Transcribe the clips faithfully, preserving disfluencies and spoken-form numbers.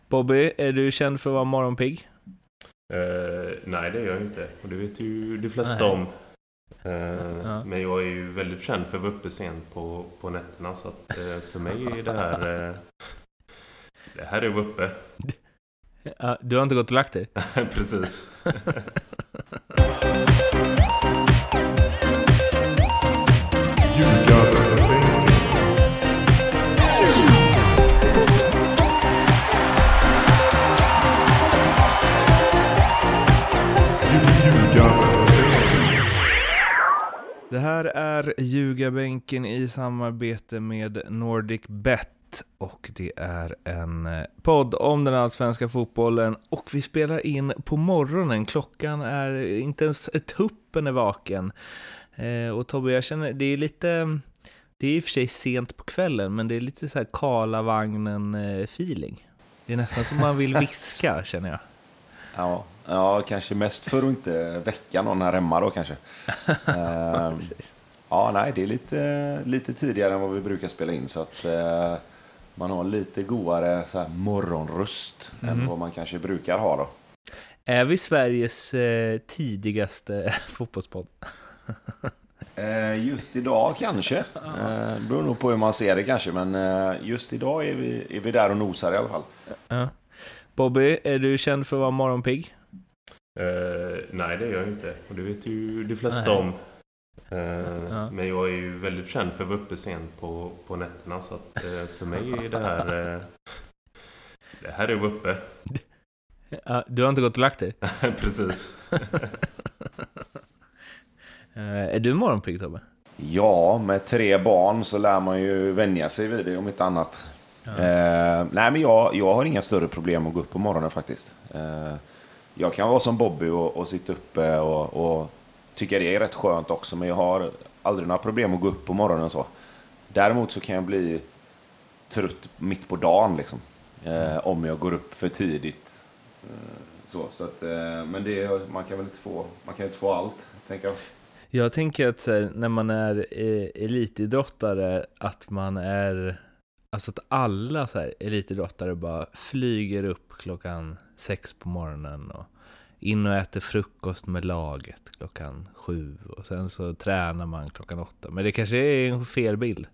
Bobby, är du känd för att vara morgonpigg? Uh, nej, det gör jag inte. Och det vet ju de flesta nej. om. Uh, ja. Men jag är ju väldigt känd för att vara uppe sent på, på nätterna. Så att, uh, för mig är det här... Uh, det här är uppe. Ja, du har inte gått och lagt dig? Precis. Det här är Ljugarbänken i samarbete med Nordic Bet. Och det är en podd om den allsvenska fotbollen. Och vi spelar in på morgonen. Klockan är inte ens tuppen är vaken. Eh, och Tobbe, jag känner, det är lite... Det är i och för sig sent på kvällen, men det är lite så här Karlavagnen-feeling. Det är nästan som man vill viska, känner jag. Ja, ja, kanske mest för att inte väcka någon här hemma då kanske. uh, ja, nej, det är lite, lite tidigare än vad vi brukar spela in, så att uh, man har lite godare så här morgonröst mm. än vad man kanske brukar ha då. Är vi Sveriges uh, tidigaste fotbollspodd? uh, just idag kanske. Uh, beror nog på hur man ser det kanske, men uh, just idag är vi, är vi där och nosar i alla fall. Ja. Bobby, är du känd för att vara morgonpigg? Uh, nej, det gör jag inte. Och det vet ju de flesta nej. om. Uh, ja. Men jag är ju väldigt känd för att vara uppe sent på, på nätterna. Så att, uh, för mig är det här... Uh, det här är uppe. Ja, du har inte gått och lagt dig? Precis. uh, är du morgonpigg, Tobbe? Ja, med tre barn så lär man ju vänja sig vid det om inte annat. Ja. Eh, nej, men jag, jag har inga större problem att gå upp på morgonen faktiskt. Eh, jag kan vara som Bobby och, och sitta uppe och, och tycka det är rätt skönt också, men jag har aldrig några problem att gå upp på morgonen så. Däremot så kan jag bli trött mitt på dagen liksom, eh, om jag går upp för tidigt. Eh, så, så att, eh, men det, man kan väl inte få, man kan inte få allt, tänker jag. Jag tänker att så här, när man är eh, elitidrottare, att man är... Alltså att alla så här elitidrottare bara flyger upp klockan sex på morgonen och in och äter frukost med laget klockan sju och sen så tränar man klockan åtta. Men det kanske är en fel bild.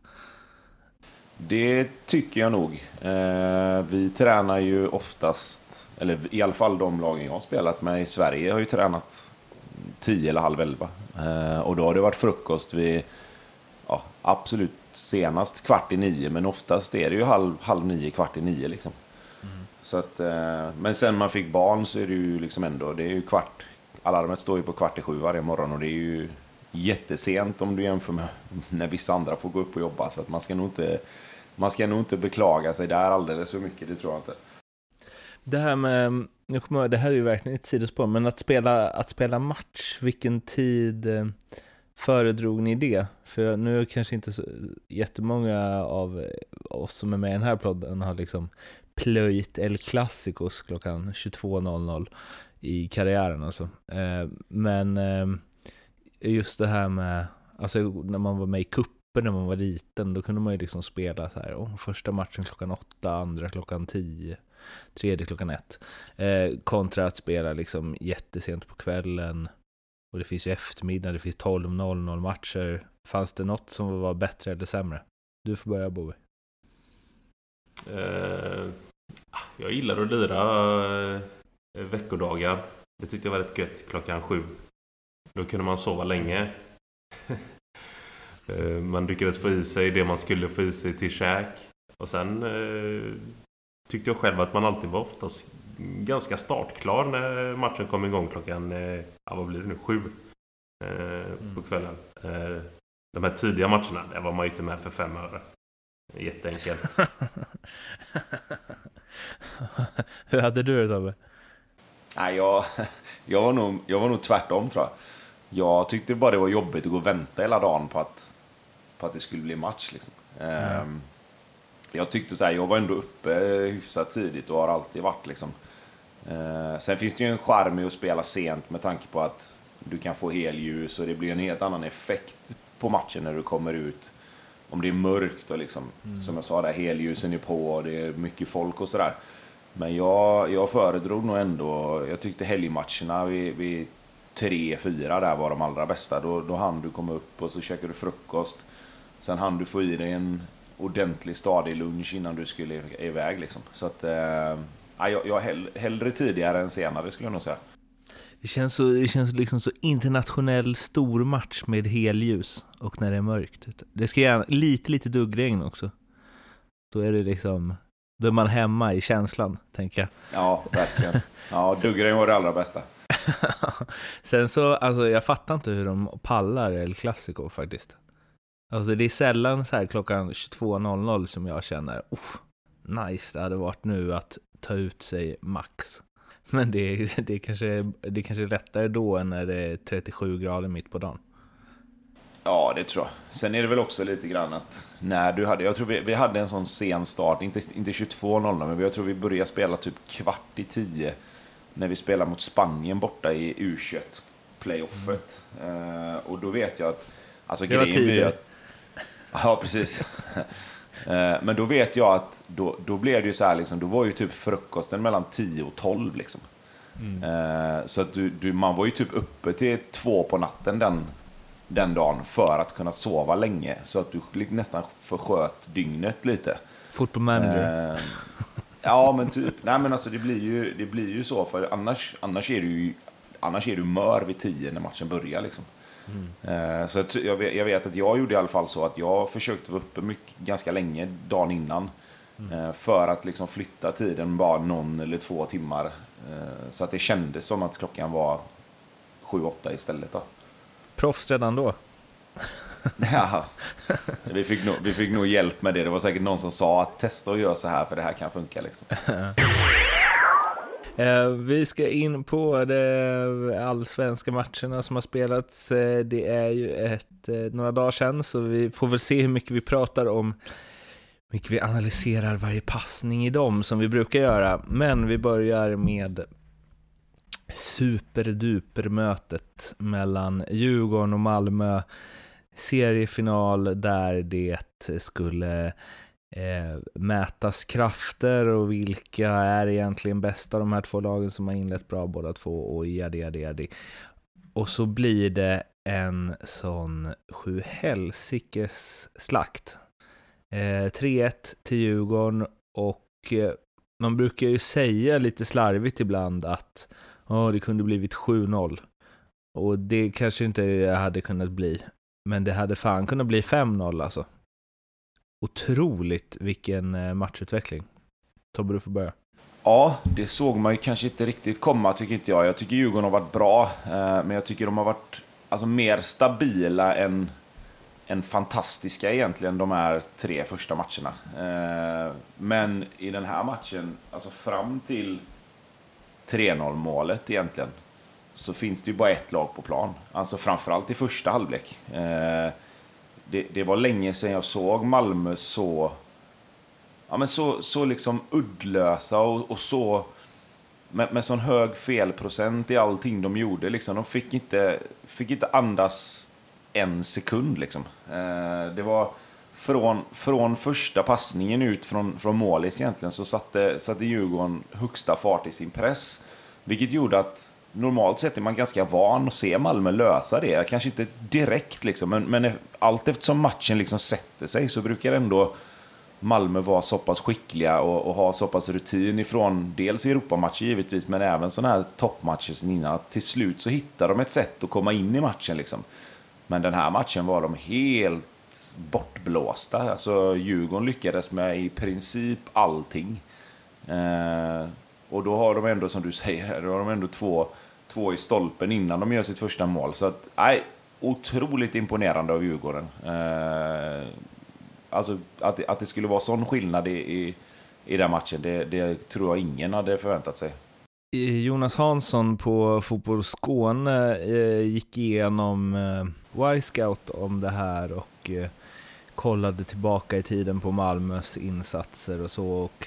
Det tycker jag nog. Eh, vi tränar ju oftast, eller i alla fall de lagen jag har spelat med i Sverige har ju tränat tio eller halv elva. Eh, och då har det varit frukost vid, ja, absolut senast kvart i nio, men oftast är det ju halv, halv nio, kvart i nio liksom. Mm. Så att, eh, men sen man fick barn så är det ju liksom ändå, det är ju kvart, alarmet står ju på kvart i sju varje morgon och det är ju jättesent om du jämför med när vissa andra får gå upp och jobba, så att man ska nog inte, man ska nog inte beklaga sig där alldeles så mycket, det tror jag inte. Det här med, nu kommer jag, det här är ju verkligen ett sidospår, men att spela, att spela match, vilken tid föredrog ni det? För nu är kanske inte så jättemånga av oss som är med i den här podden har liksom plöjt El Clásicos klockan tjugotvå noll noll i karriären alltså. Men just det här med, alltså när man var med i kuppen när man var liten, då kunde man ju liksom spela så här, oh, första matchen klockan åtta, andra klockan tio, tredje klockan ett, kontra att spela liksom jättesent på kvällen. Och det finns ju eftermiddag, det finns tolv noll noll matcher. Fanns det något som var bättre eller sämre? Du får börja, Bobby. Uh, jag gillar att lira uh, veckodagar. Det tyckte jag var rätt gött klockan sju. Då kunde man sova länge. uh, man lyckades få i sig det man skulle få i sig till käk. Och sen uh, tyckte jag själv att man alltid var oftast ganska startklar när matchen kom igång klockan, ja, vad blir det nu, sju eh, på kvällen. Eh, de här tidiga matcherna, där var man ju inte med för fem öre. Jätteenkelt. Hur hade du det, Tobbe? Nej, jag, jag, var nog, jag var nog tvärtom, tror jag. Jag tyckte bara det var jobbigt att gå och vänta hela dagen på att, på att det skulle bli match liksom. Mm. Eh, jag tyckte så här, jag var ändå uppe hyfsat tidigt och har alltid varit liksom. Eh, sen finns det ju en charm i att spela sent med tanke på att du kan få helljus och det blir en helt annan effekt på matchen när du kommer ut. Om det är mörkt och liksom, mm. som jag sa där, helljusen är på och det är mycket folk och sådär. Men jag, jag föredrog nog ändå, jag tyckte helgmatcherna vid, vid tre fyra där var de allra bästa. Då, då hann du komma upp och så käkade du frukost. Sen hann du få i dig en ordentlig stadig lunch innan du skulle iväg liksom. Så att, eh, jag, jag hell, hellre tidigare än senare skulle jag nog säga. Det känns, så, det känns liksom så internationell stor match med helljus och när det är mörkt. Det ska gärna lite, lite duggregn också. Då är det liksom, då är man hemma i känslan, tänker jag. Ja, verkligen. Ja, duggregn var det allra bästa. Sen så, alltså jag fattar inte hur de pallar El Clasico faktiskt. Alltså det är sällan så här klockan tjugotvå noll noll som jag känner, oh, nice, det hade varit nu att ta ut sig max. Men det, det, kanske, det kanske är lättare då än när det är trettiosju grader mitt på dagen. Ja, det tror jag. Sen är det väl också lite grann att när du hade, jag tror vi, vi hade en sån sen start, inte, inte tjugotvå noll noll, men jag tror vi började spela typ kvart i tio när vi spelade mot Spanien borta i U tjugoett playoffet. Mm. Uh, och då vet jag att alltså det var grejen blir att, ja, precis. Men då vet jag att då, då blev det ju så här liksom, då var ju typ frukosten mellan tio och tolv liksom. Mm. Så att du, du, man var ju typ uppe till två på natten den, den dagen för att kunna sova länge. Så att du nästan försköt dygnet lite. Football manager. Eh, ja, men typ. Nej, men alltså det blir ju, det blir ju så. För annars, annars är du ju annars är du mör vid tio när matchen börjar liksom. Mm. Så jag vet, jag vet att jag gjorde i alla fall så att jag försökte vara uppe mycket, ganska länge dagen innan. Mm. För att liksom flytta tiden bara någon eller två timmar. Så att det kändes som att klockan var sju åtta istället då. Proffs redan då? Ja, vi fick, nog, vi fick nog hjälp med det. Det var säkert någon som sa att testa och göra så här för det här kan funka liksom. Eh, vi ska in på de allsvenska matcherna som har spelats. Eh, det är ju ett, eh, några dagar sedan, så vi får väl se hur mycket vi pratar om, hur mycket vi analyserar varje passning i dem som vi brukar göra. Men vi börjar med superdupermötet mellan Djurgården och Malmö. Seriefinal där det skulle Eh, mätas krafter och vilka är egentligen bäst av de här två lagen som har inlett bra båda två och jadi, jadi, jadi. Och så blir det en sån sju helsikes slakt. Eh, tre ett till Djurgården och eh, man brukar ju säga lite slarvigt ibland att oh, det kunde blivit sju noll. Och det kanske inte hade kunnat bli, men det hade fan kunnat bli fem noll alltså. Otroligt vilken matchutveckling. Tobbe, du får börja. Ja, det såg man ju kanske inte riktigt komma, tycker inte jag. Jag tycker Djurgården har varit bra, men jag tycker de har varit alltså, mer stabila än, än fantastiska egentligen de här tre första matcherna. Men i den här matchen, alltså fram till tre noll målet egentligen, så finns det ju bara ett lag på plan. Alltså framförallt i första halvlek. Det, det var länge sedan jag såg Malmö så, ja, men så, så liksom uddlösa och, och så med, med sån hög felprocent i allting de gjorde. Liksom. De fick inte, fick inte andas en sekund. Liksom. Eh, det var från, från första passningen ut från, från målis egentligen så satte, satte Djurgården högsta fart i sin press. Vilket gjorde att normalt sett är man ganska van att se Malmö lösa det. Kanske inte direkt, liksom, men, men allt eftersom matchen liksom sätter sig så brukar ändå Malmö vara så pass skickliga och, och ha så pass rutin ifrån dels Europamatcher givetvis, men även sådana här toppmatcher sen innan. Att till slut så hittar de ett sätt att komma in i matchen. Liksom. Men den här matchen var de helt bortblåsta. Alltså Djurgården lyckades med i princip allting. Eh, och då har de ändå, som du säger, då har de ändå två två i stolpen innan de gör sitt första mål. Så att, nej, otroligt imponerande av Djurgården. Eh, alltså att, att det skulle vara sån skillnad i, i, i den matchen, det, det tror jag ingen hade förväntat sig. Jonas Hansson på Fotboll Skåne eh, gick igenom eh, Y-Scout om det här och eh, kollade tillbaka i tiden på Malmös insatser och så, och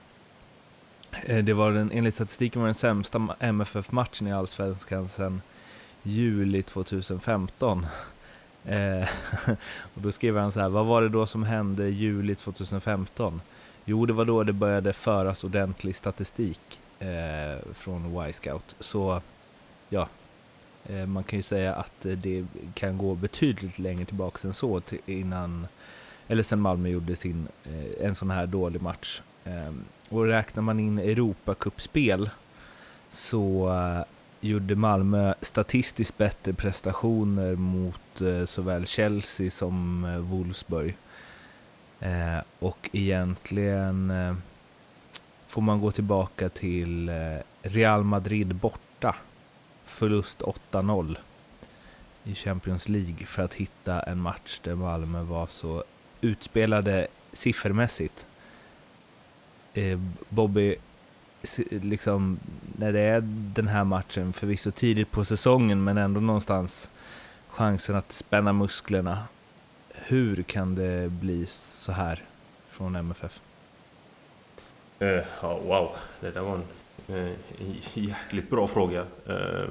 det var den, enligt statistiken var den sämsta M F F-matchen i Allsvenskan sedan juli tjugohundrafemton. Eh, och då skrev han så här: vad var det då som hände juli tjugohundrafemton? Jo, det var då det började föras ordentlig statistik eh, från Y-Scout. Så ja, eh, man kan ju säga att det kan gå betydligt längre tillbaka än så till innan, eller sen Malmö gjorde sin, eh, en sån här dålig match. Eh, och räknar man in Europacup-spel så eh, gjorde Malmö statistiskt bättre prestationer mot eh, såväl Chelsea som eh, Wolfsburg. Eh, och egentligen eh, får man gå tillbaka till eh, Real Madrid borta, förlust åtta noll i Champions League, för att hitta en match där Malmö var så utspelade siffermässigt. eh, Bobby, liksom, när det är den här matchen, förvisso tidigt på säsongen, men ändå någonstans chansen att spänna musklerna. Hur kan det bli så här från M F F? Uh, ja, wow, det där var en uh, jäkligt bra fråga. Uh,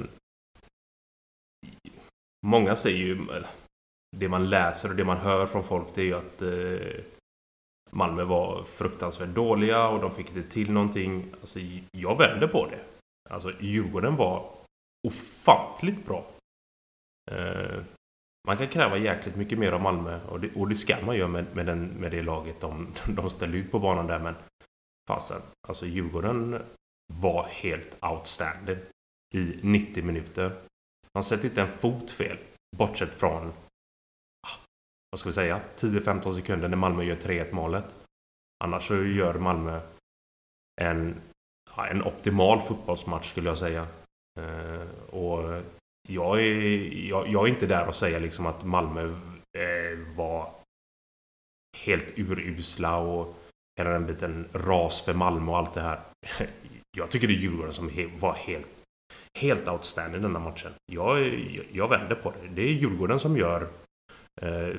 många säger ju, det man läser och det man hör från folk, det är ju att uh, Malmö var fruktansvärt dåliga och de fick inte till någonting. Alltså, jag vände på det. Alltså, Djurgården var ofantligt bra. Uh, Man kan kräva jäkligt mycket mer av Malmö, och det, och det ska man göra med, med, den, med det laget de, de ställer ut på banan där, men fasen, alltså Djurgården var helt outstanding i nittio minuter. Man sätter inte en fot fel, bortsett från, vad ska vi säga, tio till femton sekunder när Malmö gör tre ett målet. Annars så gör Malmö en, en optimal fotbollsmatch, skulle jag säga. Uh, och Jag är, jag, jag är inte där och säga liksom att Malmö eh, var helt urusla och hela den biten ras för Malmö och allt det här. Jag tycker det är Djurgården som he, var helt, helt outstanding i den här matchen. Jag, jag, jag vänder på det. Det är Djurgården som gör eh,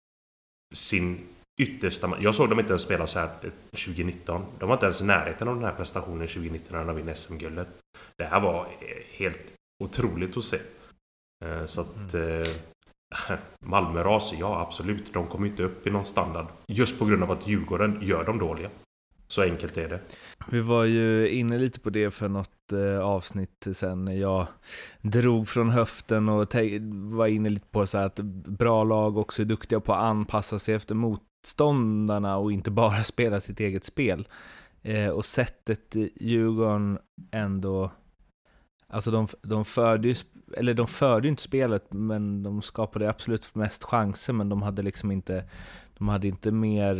sin yttersta... Jag såg dem inte ens spela så här tjugonitton. De var inte ens i närheten av den här prestationen tjugonitton när de vann S M-guldet. Det här var helt otroligt att se. Så att eh, Malmö raser, ja absolut, de kommer inte upp i någon standard just på grund av att Djurgården gör dem dåliga. Så enkelt är det. Vi var ju inne lite på det för något eh, avsnitt sen när jag drog från höften och te- var inne lite på så här att bra lag också är duktiga på att anpassa sig efter motståndarna och inte bara spela sitt eget spel. Eh, och sättet Djurgården ändå, alltså de, de förde ju, eller de förde ju inte spelet, men de skapade absolut mest chanser, men de hade liksom inte, de hade inte mer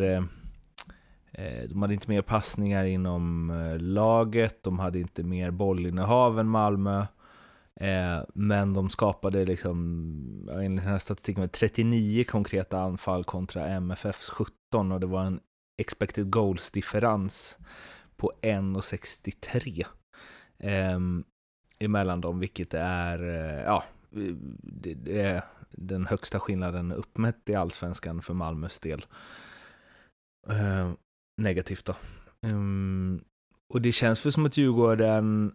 eh, de hade inte mer passningar inom eh, laget, de hade inte mer bollinnehav än Malmö, eh, men de skapade liksom, enligt den här statistiken, med trettionio konkreta anfall kontra M F F:s sjutton, och det var en expected goals differens på en komma sextiotre eh, emellan dem, vilket är ja, det är den högsta skillnaden uppmätt i allsvenskan för Malmös del. Uh, negativt då. Um, och det känns väl som att Djurgården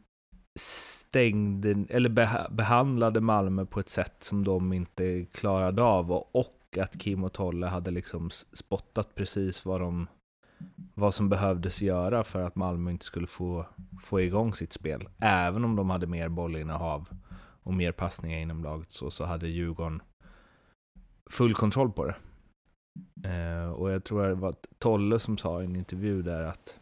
stängde eller beh- behandlade Malmö på ett sätt som de inte klarade av, och, och att Kim och Tolle hade liksom spottat precis vad de vad som behövdes göra för att Malmö inte skulle få, få igång sitt spel. Även om de hade mer bollinnehav och mer passningar inom laget, så, så hade Djurgården full kontroll på det. Eh, och jag tror det var Tolle som sa i en intervju där att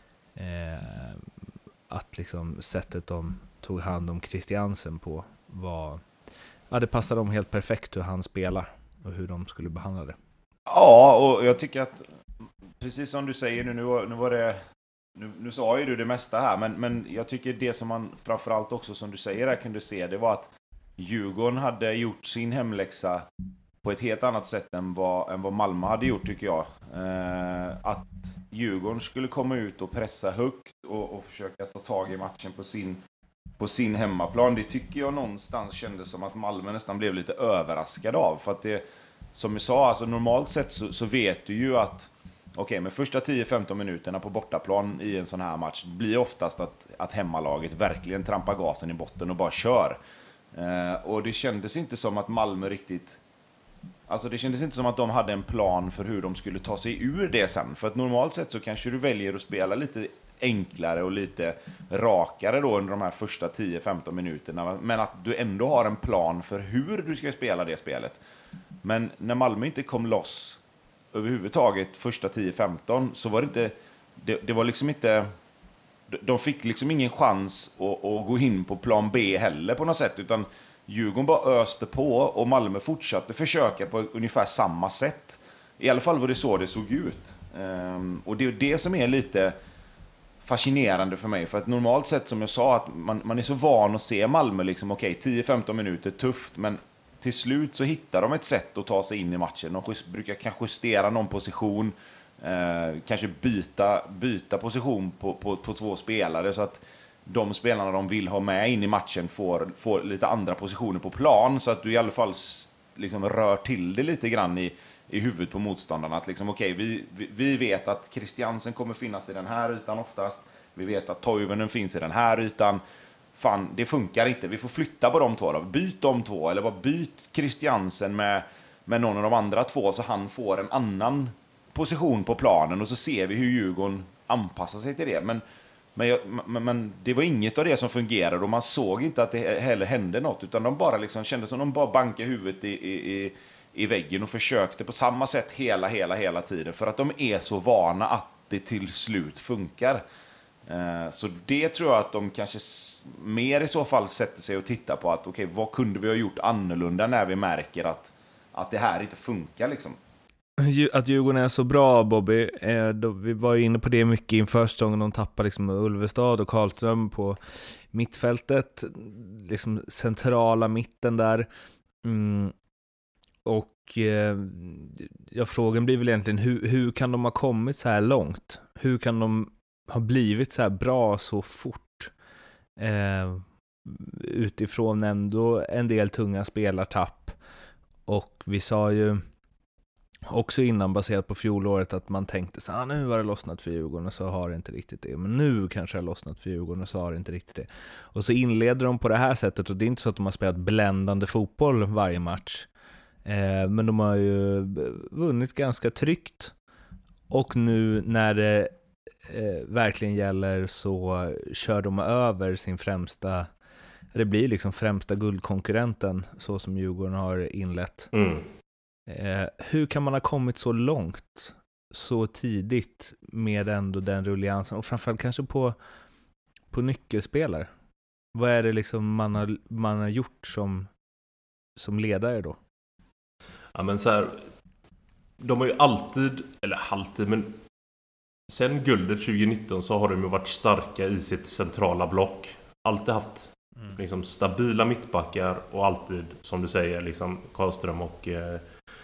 eh, att liksom sättet de tog hand om Christiansen på var, ja, det passade dem helt perfekt hur han spelar och hur de skulle behandla det. Ja, och jag tycker att precis som du säger nu, nu var, nu var det nu, nu sa ju du det mesta här, men, men jag tycker det som man framförallt också, som du säger där, kunde se, det var att Djurgården hade gjort sin hemläxa på ett helt annat sätt än vad, än vad Malmö hade gjort, tycker jag. Eh, att Djurgården skulle komma ut och pressa högt och, och försöka ta tag i matchen på sin, på sin hemmaplan, det tycker jag någonstans kändes som att Malmö nästan blev lite överraskad av. För att det, som jag sa, alltså normalt sett så, så vet du ju att okej, okay, men första tio till femton minuterna på bortaplan i en sån här match blir oftast att, att hemmalaget verkligen trampar gasen i botten och bara kör. Eh, och det kändes inte som att Malmö riktigt Alltså det kändes inte som att de hade en plan för hur de skulle ta sig ur det sen. För att normalt sett så kanske du väljer att spela lite enklare och lite rakare då under de här första tio femton minuterna. Men att du ändå har en plan för hur du ska spela det spelet. Men när Malmö inte kom loss överhuvudtaget första tio femton så var det inte... Det, det var liksom inte... De fick liksom ingen chans att, att gå in på plan B heller på något sätt. Utan Djurgården bara öste på och Malmö fortsatte försöka på ungefär samma sätt. I alla fall var det så det såg ut. Um, och det är det som är lite fascinerande för mig. För att normalt sett, som jag sa, att man, man är så van att se Malmö liksom, okej, okay, tio femton minuter, tufft, men till slut så hittar de ett sätt att ta sig in i matchen. De brukar kanske justera någon position, eh, kanske byta, byta position på, på, på två spelare så att de spelarna de vill ha med in i matchen får, får lite andra positioner på plan, så att du i alla fall liksom rör till det lite grann i, i huvudet på motståndarna. Att liksom, okej, okay, vi, vi, vi vet att Christiansen kommer finnas i den här ytan oftast. Vi vet att Toivonen finns i den här ytan. Fan, det funkar inte. Vi får flytta på de två då. Byt de två, eller bara byt Christiansen med, med någon av de andra två så han får en annan position på planen, och så ser vi hur Djurgården anpassar sig till det. Men Men, jag, men, men det var inget av det som fungerade, och man såg inte att det heller hände något, utan de bara liksom kände som de bara bankade huvudet i, i, i väggen och försökte på samma sätt hela, hela, hela tiden, för att de är så vana att det till slut funkar. Eh, så det tror jag att de kanske mer i så fall sätter sig och tittar på att okej, okay, vad kunde vi ha gjort annorlunda när vi märker att, att det här inte funkar liksom. Att Djurgården är så bra, Bobby, eh, då, vi var ju inne på det mycket inför säsongen. De tappar liksom Ulvestad och Karlström på mittfältet, liksom centrala mitten där. Mm. Och eh, ja, frågan blir väl egentligen hur, hur kan de ha kommit så här långt? Hur kan de ha blivit så här bra så fort? Eh, utifrån ändå en del tunga spelartapp. Och vi sa ju också innan, baserat på fjolåret, att man tänkte så ah, nu var det lossnat för Djurgården, och så har det inte riktigt det. Men nu kanske det har lossnat för Djurgården, och så har det inte riktigt det. Och så inleder de på det här sättet, och det är inte så att de har spelat bländande fotboll varje match. Eh, men de har ju vunnit ganska tryggt. Och nu när det eh, verkligen gäller så kör de över sin främsta, det blir liksom främsta guldkonkurrenten, så som Djurgården har inlett. Mm. Eh, hur kan man ha kommit så långt så tidigt med ändå den rulliansen, och framförallt kanske på, på nyckelspelare? Vad är det liksom man har, man har gjort som, som ledare då? Ja, men så här, de har ju alltid, eller alltid, men sen guldet tjugonitton så har de ju varit starka i sitt centrala block. Alltid haft mm. liksom stabila mittbackar, och alltid, som du säger, liksom Karlström och eh,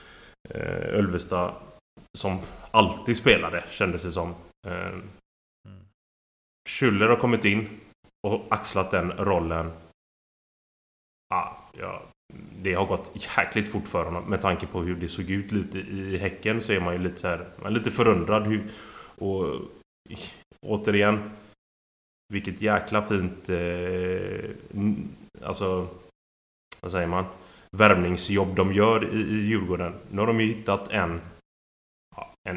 Ölvestad som alltid spelade, kändes det som. Mm. Schüller har kommit in och axlat den rollen. Ah, ja, det har gått jäkligt fort för honom. Med tanke på hur det såg ut lite i Häcken så är man ju lite så här, man är lite förundrad hur, och återigen, vilket jäkla fint eh, alltså, vad säger man, värvningsjobb de gör i, i Djurgården. Nu har de ju hittat en ja, en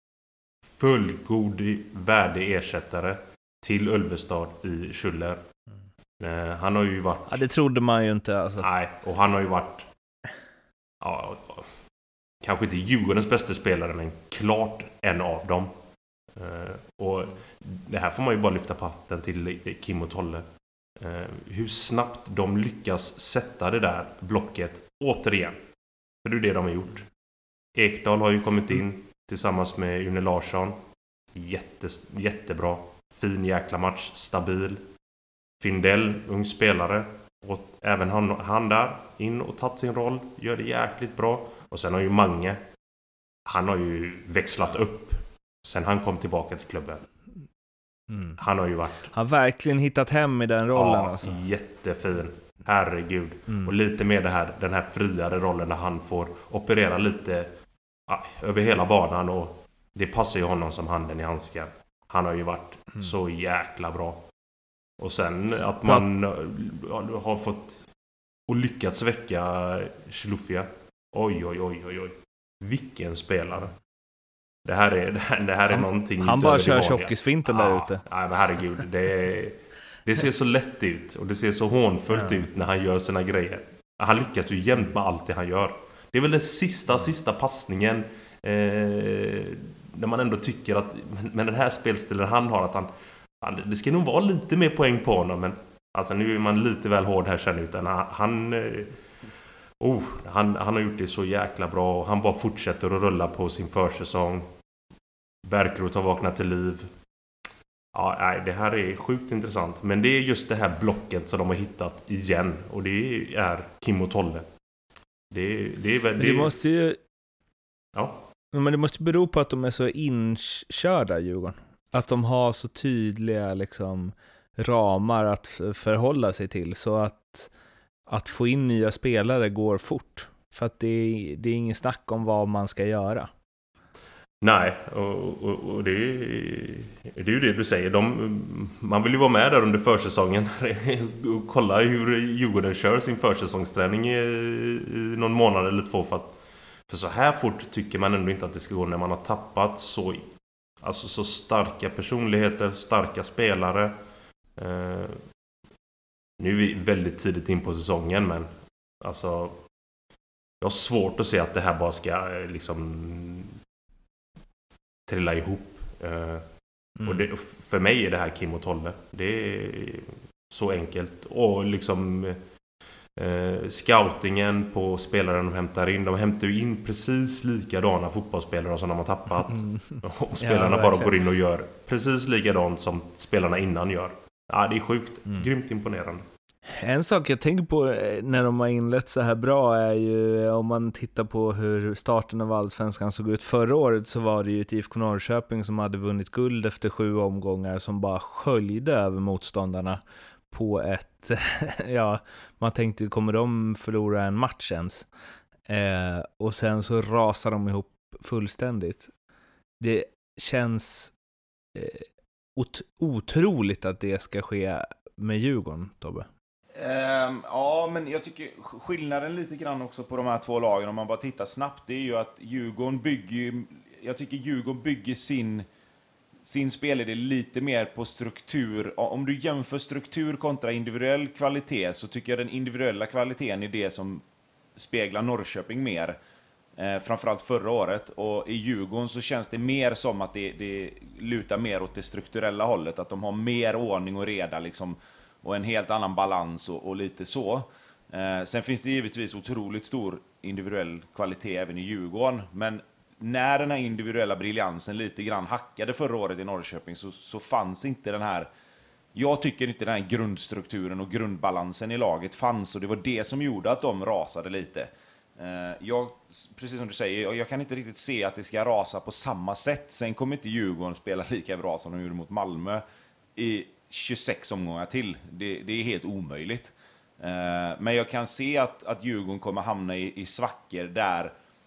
fullgod värdeersättare till Ölvestad i Schüller. Mm. Eh, han har ju varit... Ja, det trodde man ju inte. Alltså. Nej, och han har ju varit... Ja, kanske inte Djurgårdens bästa spelare, men klart en av dem. Eh, och det här får man ju bara lyfta på hatten till Kim och Tolle. Eh, hur snabbt de lyckas sätta det där blocket återigen. För det är det de har gjort. Ekdal har ju kommit in tillsammans med Une Larsson. Jätte, jättebra. Fin jäkla match. Stabil. Findell, ung spelare. Och även han, han där in och tagit sin roll. Gör det jäkligt bra. Och sen har ju Mange. Han har ju växlat upp sen han kom tillbaka till klubben. Mm. Han har ju varit... Han har verkligen hittat hem i den rollen. Ja, alltså. Jättefin. Herregud. Mm. Och lite mer det här, den här friare rollen där han får operera lite ja, över hela banan. Och det passar ju honom som handen i handsken. Han har ju varit mm. så jäkla bra. Och sen att man ja, har fått och lyckats väcka Chilufya Oj, oj, oj, oj, oj. Vilken spelare. Det här är, det här, det här är han, någonting... Han bara kör tjockisfinten där ah, ute. Nej, men herregud. Det, är, det ser så lätt ut. Och det ser så hånfullt ja. ut när han gör sina grejer. Han lyckas ju jämt med allt det han gör. Det är väl den sista, sista passningen. Eh, när man ändå tycker att... Men den här spelstilen han har, att han... han det ska nog vara lite mer poäng på honom. Men alltså, nu är man lite väl hård här känner utan han... han Oh, han, han har gjort det så jäkla bra och han bara fortsätter att rulla på sin försäsong. Bärkroth har vaknat till liv. Ja, nej, det här är sjukt intressant. Men det är just det här blocket som de har hittat igen. Och det är Kim och Tolle. Det, det är väl... Det, det måste ju... Ja. Men det måste bero på att de är så inkörda, Djurgården. Att de har så tydliga liksom, ramar att förhålla sig till. Så att... Att få in nya spelare går fort. För att det är, det är ingen snack om vad man ska göra. Nej, och, och, och det, är, det är ju det du säger. De, man vill ju vara med där under försäsongen. Och kolla hur Djurgården kör sin försäsongsträning i, i någon månad eller två. För, att, för så här fort tycker man ändå inte att det ska gå när man har tappat så, alltså så starka personligheter, starka spelare. Eh, Nu är vi väldigt tidigt in på säsongen, men alltså jag har svårt att se att det här bara ska liksom trilla ihop. Mm. Och det, för mig är det här Kim och Tolle. Det är så enkelt. Och liksom eh, scoutingen på spelare de hämtar in. De hämtar ju in precis likadana fotbollsspelare som de har tappat. Mm. Och spelarna ja, bara går in och gör precis likadant som spelarna innan gör. Ja, det är sjukt. Mm. Grymt imponerande. En sak jag tänker på när de har inlett så här bra är ju om man tittar på hur starten av Allsvenskan såg ut förra året, så var det ju ett I F K Norrköping som hade vunnit guld efter sju omgångar som bara sköljde över motståndarna på ett ja, man tänkte kommer de förlora en match ens eh, och sen så rasar de ihop fullständigt. Det känns eh, ot- otroligt att det ska ske med Djurgården, Tobbe. Um, ja, men jag tycker skillnaden lite grann också på de här två lagen, om man bara tittar snabbt, det är ju att Djurgården bygger, jag tycker Djurgården bygger sin sin spelidé lite mer på struktur. Om du jämför struktur kontra individuell kvalitet, så tycker jag den individuella kvaliteten är det som speglar Norrköping mer. Eh, framförallt förra året. Och i Djurgården så känns det mer som att det, det lutar mer åt det strukturella hållet. Att de har mer ordning och reda liksom, och en helt annan balans och, och lite så. Eh, sen finns det givetvis otroligt stor individuell kvalitet även i Djurgården. Men när den här individuella briljansen lite grann hackade förra året i Norrköping, så, så fanns inte den här... Jag tycker inte den här grundstrukturen och grundbalansen i laget fanns, och det var det som gjorde att de rasade lite. Jag, precis som du säger, jag kan inte riktigt se att det ska rasa på samma sätt. Sen kommer inte Djurgården spela lika bra som de gjorde mot Malmö i tjugosex omgångar till. Det, det är helt omöjligt. Men jag kan se att, att Djurgården kommer hamna i, i svackor där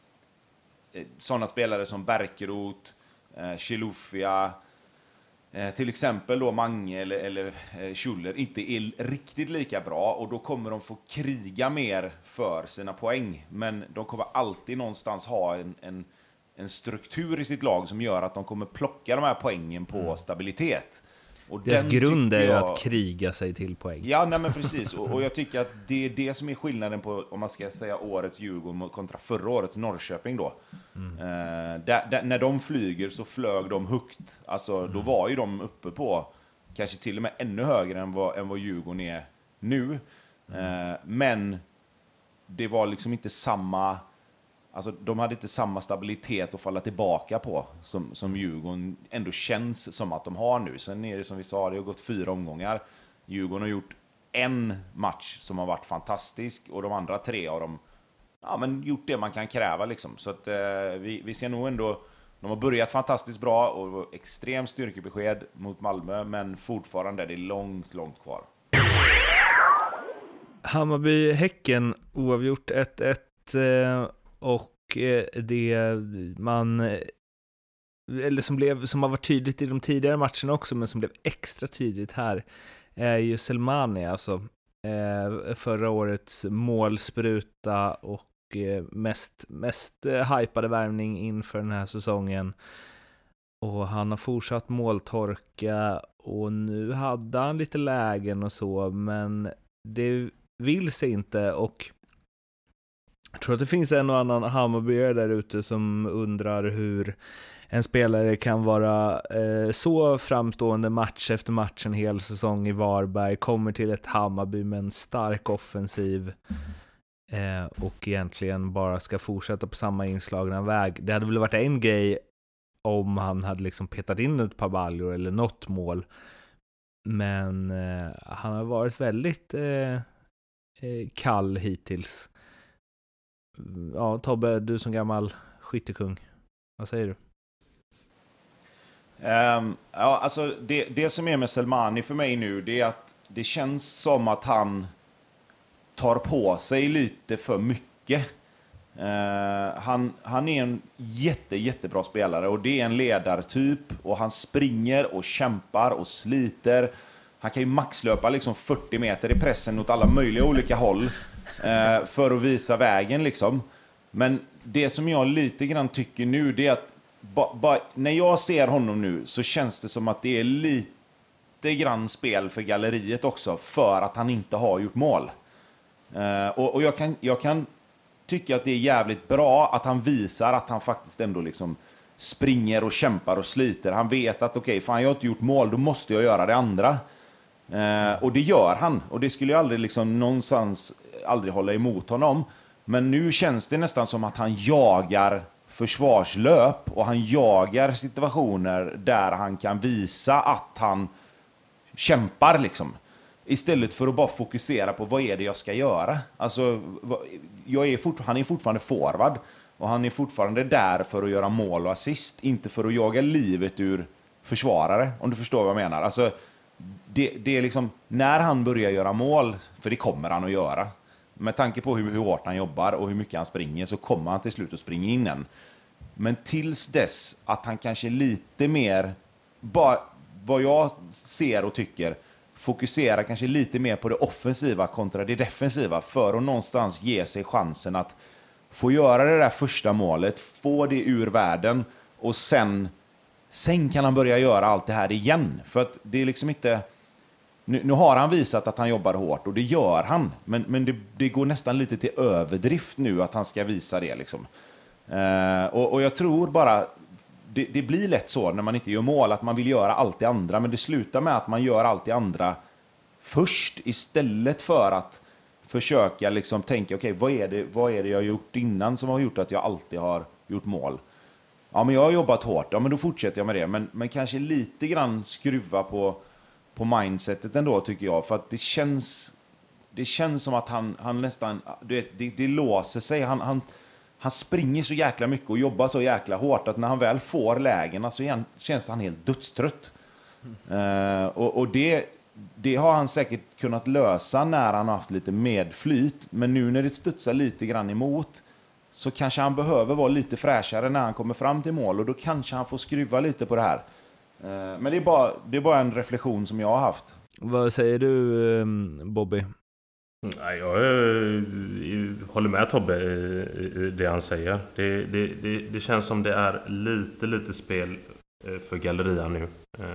sådana spelare som Bärkroth, Chilufya, till exempel då Mange eller, eller Schuller inte är riktigt lika bra, och då kommer de få kriga mer för sina poäng. Men de kommer alltid någonstans ha en, en, en struktur i sitt lag som gör att de kommer plocka de här poängen på mm. stabilitet. Och deras den grund är ju jag... att kriga sig till poäng. Ja, nej men precis. Och, och jag tycker att det är det som är skillnaden på, om man ska säga, årets Djurgården kontra förra årets Norrköping då. Mm. Eh, där, där, när de flyger så flög de högt. Alltså, mm. då var ju de uppe på kanske till och med ännu högre än vad, än vad Djurgården är nu. Mm. Eh, men det var liksom inte samma... Alltså, de hade inte samma stabilitet att falla tillbaka på som, som Djurgården ändå känns som att de har nu. Sen är det som vi sa, det har gått fyra omgångar. Djurgården har gjort en match som har varit fantastisk, och de andra tre har de ja, men gjort det man kan kräva. Liksom. Så att, eh, vi, vi ser nog ändå... De har börjat fantastiskt bra och extremt styrkebesked mot Malmö, men fortfarande är det långt, långt kvar. Hammarby-Häcken oavgjort ett ett... Eh... Och det man eller som blev som har varit tydligt i de tidigare matcherna också, men som blev extra tydligt här, är ju Selmani, alltså eh, förra årets målspruta och mest, mest hypade värvning inför den här säsongen. Och han har fortsatt måltorka och nu hade han lite lägen och så, men det vill sig inte. Och jag tror att det finns en och annan Hammarbyare där ute som undrar hur en spelare kan vara eh, så framstående match efter match en hel säsong i Varberg, kommer till ett Hammarby med en stark offensiv eh, och egentligen bara ska fortsätta på samma inslagna väg. Det hade väl varit en grej om han hade liksom petat in ett par baljor eller något mål, men eh, han har varit väldigt eh, eh, kall hittills. Ja, Tobbe, du som gammal skyttekung, vad säger du? Um, ja, alltså det, det som är med Selmani för mig nu, det är att det känns som att han tar på sig lite för mycket. Uh, han, han är en jätte, jättebra spelare och det är en ledartyp och han springer och kämpar och sliter. Han kan ju maxlöpa liksom fyrtio meter i pressen åt alla möjliga olika håll uh, för att visa vägen liksom. Men det som jag lite grann tycker nu, det är att ba, ba, när jag ser honom nu så känns det som att det är lite grann spel för galleriet också, för att han inte har gjort mål. Uh, och, och jag kan, jag kan tycka att det är jävligt bra att han visar att han faktiskt ändå liksom springer och kämpar och sliter. Han vet att okej, okay, fan jag har inte gjort mål, då måste jag göra det andra. Uh, och det gör han. Och det skulle jag aldrig liksom någonstans aldrig hålla emot honom. Men nu känns det nästan som att han jagar försvarslöp och han jagar situationer där han kan visa att han kämpar liksom. Istället för att bara fokusera på vad är det jag ska göra. Alltså, jag är fort, han är fortfarande forward och han är fortfarande där för att göra mål och assist, inte för att jaga livet ur försvarare, om du förstår vad jag menar. Alltså, det, det är liksom, när han börjar göra mål, för det kommer han att göra, med tanke på hur, hur hårt han jobbar och hur mycket han springer, så kommer han till slut att springa in en. Men tills dess att han kanske lite mer, bara vad jag ser och tycker, fokuserar kanske lite mer på det offensiva kontra det defensiva, för att någonstans ge sig chansen att få göra det där första målet, få det ur världen, och sen sen kan han börja göra allt det här igen. För att det är liksom inte... Nu, nu har han visat att han jobbar hårt, och det gör han. Men, men det, det går nästan lite till överdrift nu att han ska visa det. Liksom. Eh, och, och jag tror bara... Det, det blir lätt så när man inte gör mål, att man vill göra allt det andra. Men det slutar med att man gör allt det andra först, istället för att försöka liksom tänka, okej, okay, vad är det, vad är det jag har gjort innan som har gjort att jag alltid har gjort mål? Ja, men jag har jobbat hårt. Ja, men då fortsätter jag med det. Men, men kanske lite grann skruva på... på mindsetet ändå, tycker jag, för att det känns det känns som att han, han nästan du vet, det, det låser sig. Han, han, han springer så jäkla mycket och jobbar så jäkla hårt att när han väl får lägen så igen, känns han helt dödstrött. Mm. Uh, och, och det, det har han säkert kunnat lösa när han har haft lite medflyt, men nu när det studsar lite grann emot, så kanske han behöver vara lite fräschare när han kommer fram till mål, och då kanske han får skruva lite på det här. Men det är, bara, det är bara en reflektion som jag har haft. Vad säger du, Bobby? Nej, jag är, håller med Tobbe i det han säger. Det, det, det, det känns som det är lite, lite spel för gallerian nu.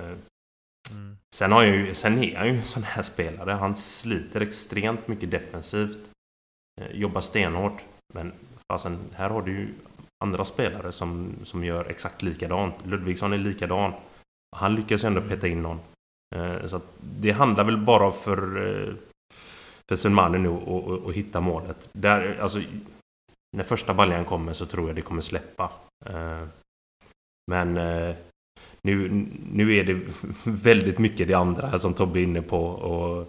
Mm. Sen, har jag ju, sen är han ju en sån här spelare. Han sliter extremt mycket defensivt. Jobbar stenhårt. Men fasen, här har du ju andra spelare som, som gör exakt likadant. Ludvigsson är likadan. Han lyckas ju ändå peta in någon. Eh, så att det handlar väl bara för eh, för Selmani nu att hitta målet. Där, alltså, när första baljan kommer så tror jag det kommer släppa. Eh, men eh, nu, nu är det väldigt mycket det andra här som Tobbe är inne på. Och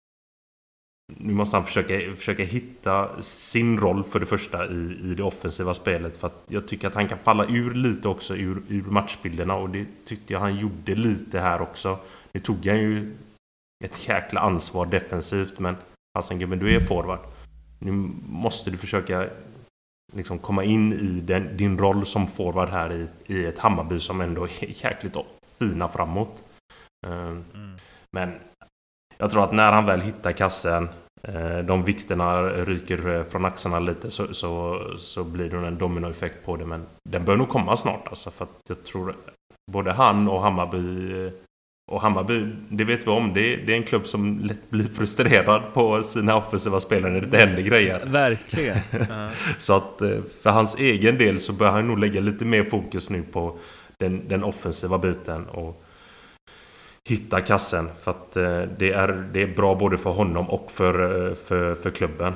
nu måste han försöka, försöka hitta sin roll för det första i, i det offensiva spelet. För att jag tycker att han kan falla ur lite också ur, ur matchbilderna. Och det tyckte jag han gjorde lite här också. Nu tog han ju ett jäkla ansvar defensivt. Men fastän gubben, du är forward. Nu måste du försöka liksom komma in i den, din roll som forward här i, i ett Hammarby som ändå är jäkligt fina framåt. Mm. Men jag tror att när han väl hittar kassen de vikterna ryker från axlarna lite så, så, så blir det en dominoeffekt på det. Men den bör nog komma snart alltså, för att jag tror både han och Hammarby och Hammarby, det vet vi om, det är, det är en klubb som lätt blir frustrerad på sina offensiva spelare när det inte händer grejer. Verkligen. Uh-huh. Så att för hans egen del så bör han nog lägga lite mer fokus nu på den, den offensiva biten och hitta kassen, för att det är, det är bra både för honom och för, för, för klubben.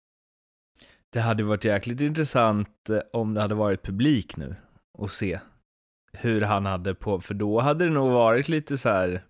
Det hade varit jäkligt intressant om det hade varit publik nu och se hur han hade på, för då hade det nog varit lite så här,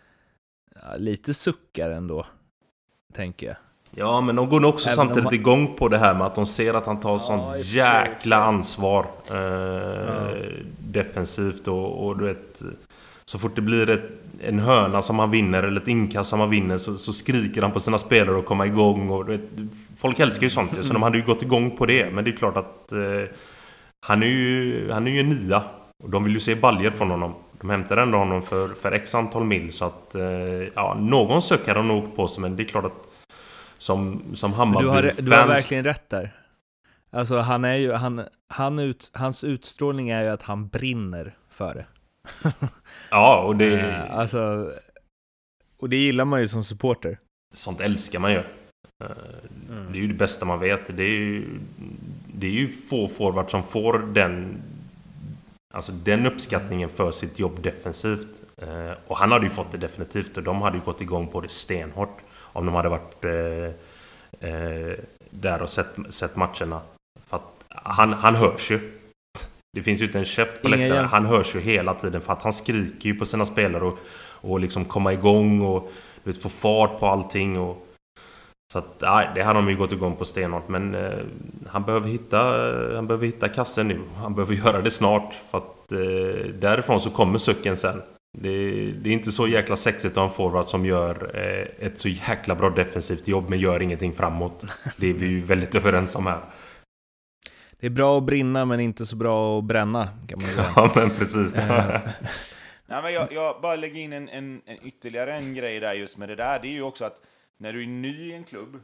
ja, lite suckar ändå, tänker jag. Ja, men de går nog också Även samtidigt man... igång på det här med att de ser att han tar ja, sånt jäkla ansvar eh, ja. defensivt och, och du vet, så fort det blir ett, en hörna som han vinner eller ett inkast som han vinner så, så skriker han på sina spelare och kommer igång och du vet, folk älskar ju sånt mm. så de hade ju gått igång på det, men det är klart att eh, han är ju han är ju en nia och de vill ju se baljer från honom. De hämtar ändå honom för, för x antal mil, så att eh, ja, någon söker han nog på sig, men det är klart att som, som Hammarby du har, fans... du har verkligen rätt där. Alltså han är ju han, han ut, hans utstrålning är ju att han brinner för det. Ja, och det eh, alltså, och det gillar man ju som supporter. Sånt älskar man ju. Eh, mm. Det är ju det bästa man vet. Det är ju, det är ju få forward som får den, alltså den uppskattningen för sitt jobb defensivt. Eh, och han hade ju fått det definitivt, och de hade ju gått igång på det stenhårt om de hade varit eh, eh, där och sett, sett matcherna. För att han, han hörs ju. Det finns ju inte en käft på läktaren. Han hörs ju hela tiden, för att han skriker ju på sina spelare och, och liksom komma igång och du vet, få fart på allting. Och, så att, nej, det har de ju gått igång på stenhårt. Men eh, han, behöver hitta, han behöver hitta kassen nu. Han behöver göra det snart, för att eh, därifrån så kommer sucken sen. Det, det är inte så jäkla sexigt att ha en forward som gör eh, ett så jäkla bra defensivt jobb men gör ingenting framåt. Det är vi ju väldigt överens om här. Det är bra att brinna men inte så bra att bränna, kan man säga. Ja, men precis. Nej, men jag, jag bara lägger in en, en, en ytterligare en grej där just med det där. Det är ju också att när du är ny i en klubb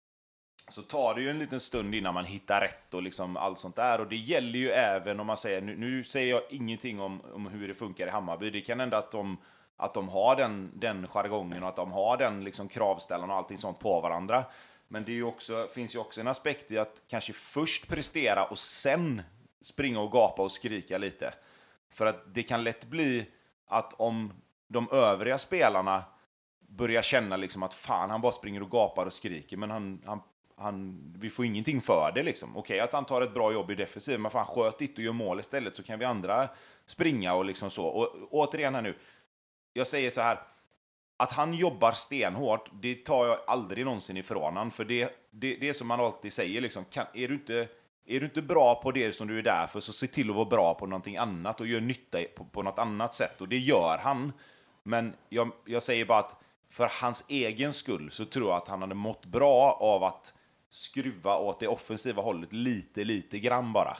så tar det ju en liten stund innan man hittar rätt och liksom allt sånt där. Och det gäller ju även om man säger, nu, nu säger jag ingenting om, om hur det funkar i Hammarby. Det kan ändå att de, att de har den, den jargongen och att de har den liksom kravställan och allting sånt på varandra. Men det är ju också, finns ju också en aspekt i att kanske först prestera och sen springa och gapa och skrika lite. För att det kan lätt bli att om de övriga spelarna börjar känna liksom att fan, han bara springer och gapar och skriker, men han, han, han, vi får ingenting för det liksom. Okej, att han tar ett bra jobb i defensiv, men fan, sköt inte och gör mål istället, så kan vi andra springa och liksom så. Och återigen här nu, jag säger så här, att han jobbar stenhårt, det tar jag aldrig någonsin ifrån han. För det, det, det är som man alltid säger, liksom, kan, är, du inte, är du inte bra på det som du är där för, så se till att vara bra på någonting annat och gör nytta på, på något annat sätt. Och det gör han. Men jag, jag säger bara att för hans egen skull så tror jag att han hade mått bra av att skruva åt det offensiva hållet lite, lite grann bara.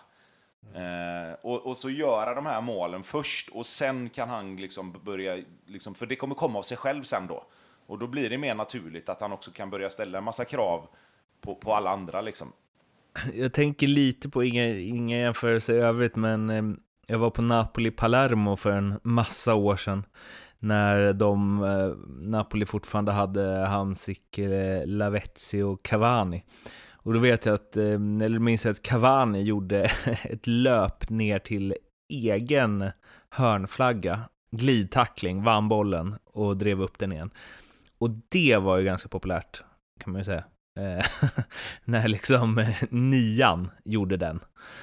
Eh, och, och så göra de här målen först, och sen kan han liksom börja liksom, för det kommer komma av sig själv sen då, och då blir det mer naturligt att han också kan börja ställa en massa krav på, på alla andra liksom. Jag tänker lite på inga, inga jämförelser i övrigt, men eh, jag var på Napoli-Palermo för en massa år sedan när de eh, Napoli fortfarande hade Hamsik, eh, Lavezzi och Cavani. Och då vet jag att, eller minns jag att Cavani gjorde ett löp ner till egen hörnflagga, glidtackling, vann bollen och drev upp den igen. Och det var ju ganska populärt, kan man ju säga. När liksom nian gjorde den.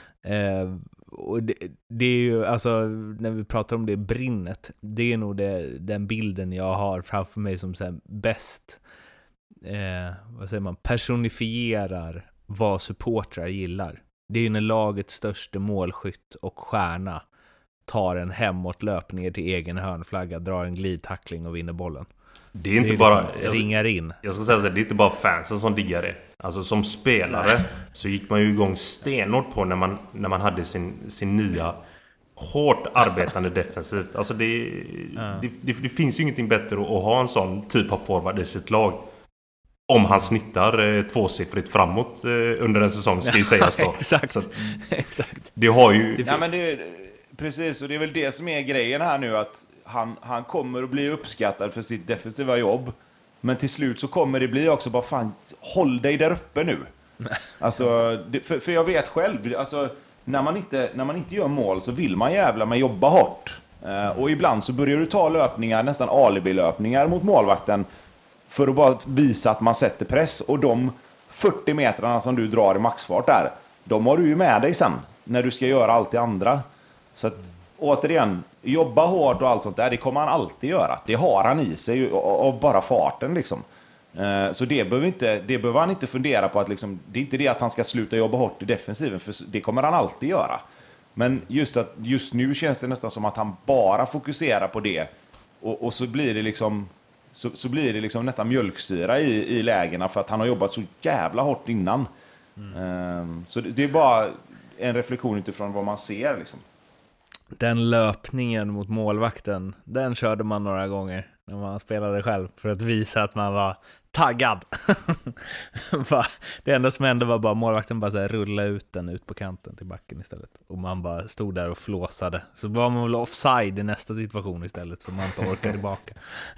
Och det, det är ju, alltså, när vi pratar om det brinnet, det är nog det, den bilden jag har framför mig som så här bäst. Eh, vad säger man, personifierar vad supportrar gillar. Det är ju när lagets största målskytt och stjärna tar en hemåtlöp ner till egen hörnflagga, drar en glidtackling och vinner bollen. Det är inte det är bara liksom, jag, ringar in. Jag ska säga så här, det är inte bara fansen som diggar det. Alltså som spelare Nej. så gick man ju igång stenhårt på när man, när man hade sin, sin nya hårt arbetande defensivt. Alltså det, ja. det, det, det finns ju ingenting bättre att ha en sån typ av forward i sitt lag. om han snittar eh, tvåsiffrigt framåt eh, under en säsong, ska ju sägas då. Exakt. Så Exakt. det har ju... Ja, men det, precis, och det är väl det som är grejen här nu, att han, han kommer att bli uppskattad för sitt defensiva jobb. Men till slut så kommer det bli också bara, fan, håll dig där uppe nu. Alltså, det, för, för jag vet själv, alltså, när, man inte, när man inte gör mål så vill man jävla med jobba hårt. Uh, och ibland så börjar du ta löpningar, nästan alibi-löpningar mot målvakten, för att bara visa att man sätter press. Och de fyrtio metrarna som du drar i maxfart där, de har du ju med dig sen när du ska göra allt det andra. Så att, återigen, jobba hårt och allt sånt där, det kommer han alltid göra. Det har han i sig av bara farten liksom. Så det behöver, inte, det behöver han inte fundera på, att liksom, det är inte det att han ska sluta jobba hårt i defensiven, för det kommer han alltid göra. Men just, att, just nu känns det nästan som att han bara fokuserar på det, och, och så blir det liksom så, så blir det liksom nästan mjölksyra i, i lägena, för att han har jobbat så jävla hårt innan. Mm. Så det, det är bara en reflektion utifrån vad man ser liksom. Den löpningen mot målvakten, den körde man några gånger när man spelade själv, för att visa att man var taggad. Det enda som hände var bara målvakten bara så här rulla ut den ut på kanten till backen istället. Och man bara stod där och flåsade. Så var man väl offside i nästa situation istället, för man inte orkade tillbaka.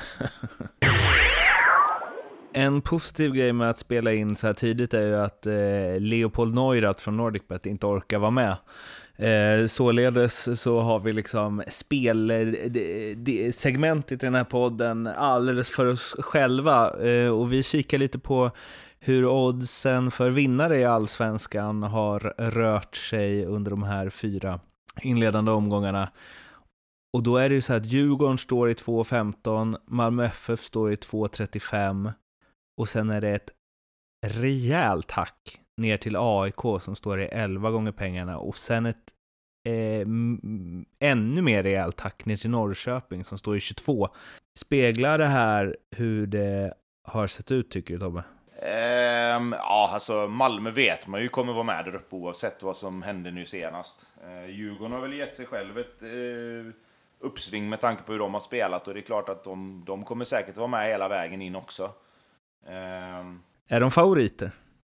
En positiv grej med att spela in så här tidigt är ju att eh, Leopold Neurath från NordicBet inte orkar vara med. Eh, således så har vi liksom spel de, de, segment i den här podden alldeles för oss själva, eh, och vi kikar lite på hur oddsen för vinnare i Allsvenskan har rört sig under de här fyra inledande omgångarna. Och då är det ju så att Djurgården står i två femton, Malmö F F står i två trettiofem, och sen är det ett rejält hack ner till A I K som står i elva gånger pengarna, och sen ett eh, m- ännu mer rejält hack ner till Norrköping som står i tjugotvå. Speglar det här hur det har sett ut, tycker du, Tobbe? Um, ja, alltså Malmö vet man ju kommer vara med där uppe oavsett vad som hände nu senast. Uh, Djurgården har väl gett sig själv ett uh, uppsving med tanke på hur de har spelat, och det är klart att de, de kommer säkert vara med hela vägen in också. Um, är de favoriter?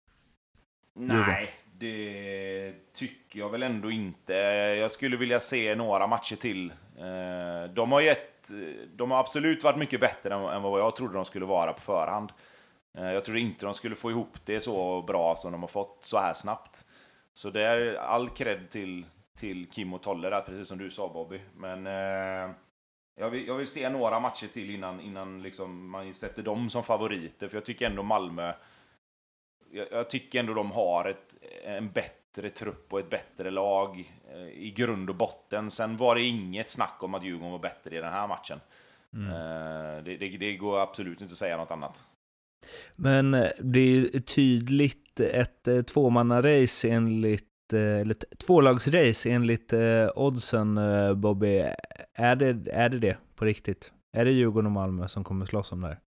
Nej, det tycker jag väl ändå inte. Jag skulle vilja se några matcher till. De har gett, de har absolut varit mycket bättre än vad jag trodde de skulle vara på förhand. Jag trodde inte de skulle få ihop det så bra som de har fått så här snabbt. Så det är all cred till, till Kim och Tolle där, precis som du sa, Bobby. Men jag vill, jag vill se några matcher till innan, innan liksom man sätter dem som favoriter. För jag tycker ändå Malmö... Jag, jag tycker ändå de har ett, en bättre trupp och ett bättre lag eh, i grund och botten. Sen var det inget snack om att Djurgården var bättre i den här matchen. Mm. Eh, det, det, det går absolut inte att säga något annat. Men det är tydligt ett eh, tvåmannarace enligt, eh, eller ett tvålagsrace enligt eh, oddsen, eh, Bobby. Är det, är det det på riktigt? Är det Djurgården och Malmö som kommer slåss om det här?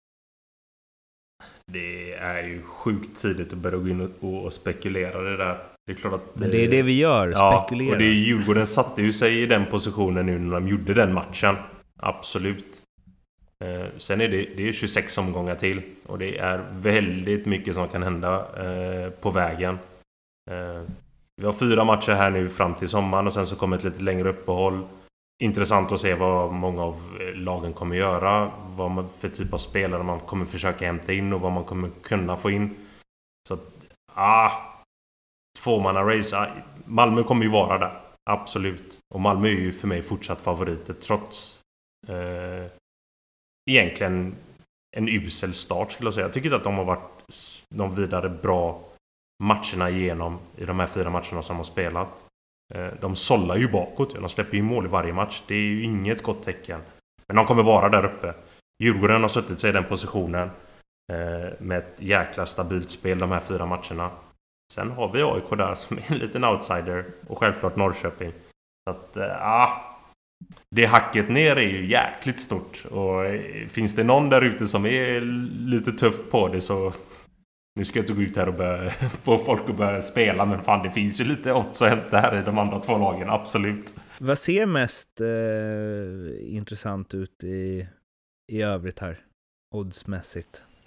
Det är ju sjukt tidigt att börja gå in och, och spekulera det där. Det är klart att, men det är det vi gör, ja, spekulera. Och det är Djurgården satte ju sig i den positionen nu när de gjorde den matchen. Absolut. Eh, sen är det, det är tjugosex omgångar till. Och det är väldigt mycket som kan hända eh, på vägen. Eh, vi har fyra matcher här nu fram till sommaren, och sen så kommer ett lite längre uppehåll. Intressant att se vad många av lagen kommer göra, vad man för typ av spelare man kommer försöka hämta in och vad man kommer kunna få in. Så att, ah, tvåmanna-race, ah, Malmö kommer ju vara där, absolut. Och Malmö är ju för mig fortsatt favoriter, trots eh, egentligen en usel start, skulle jag säga. Jag tycker inte att de har varit de vidare bra matcherna igenom i de här fyra matcherna som de har spelat. De sållar ju bakåt, de släpper ju mål i varje match. Det är ju inget gott tecken. Men de kommer vara där uppe. Djurgården har suttit sig i den positionen med ett jäkla stabilt spel de här fyra matcherna. Sen har vi A I K där som är en liten outsider, och självklart Norrköping. Så att, ja, det hacket ner är ju jäkligt stort. Och finns det någon där ute som är lite tuff på det, så nu ska jag inte gå ut här och börja få folk att börja spela, men fan, det finns ju lite odds att hämta här i de andra två lagen, absolut. Vad ser mest eh, intressant ut i, i övrigt här, oddsmässigt?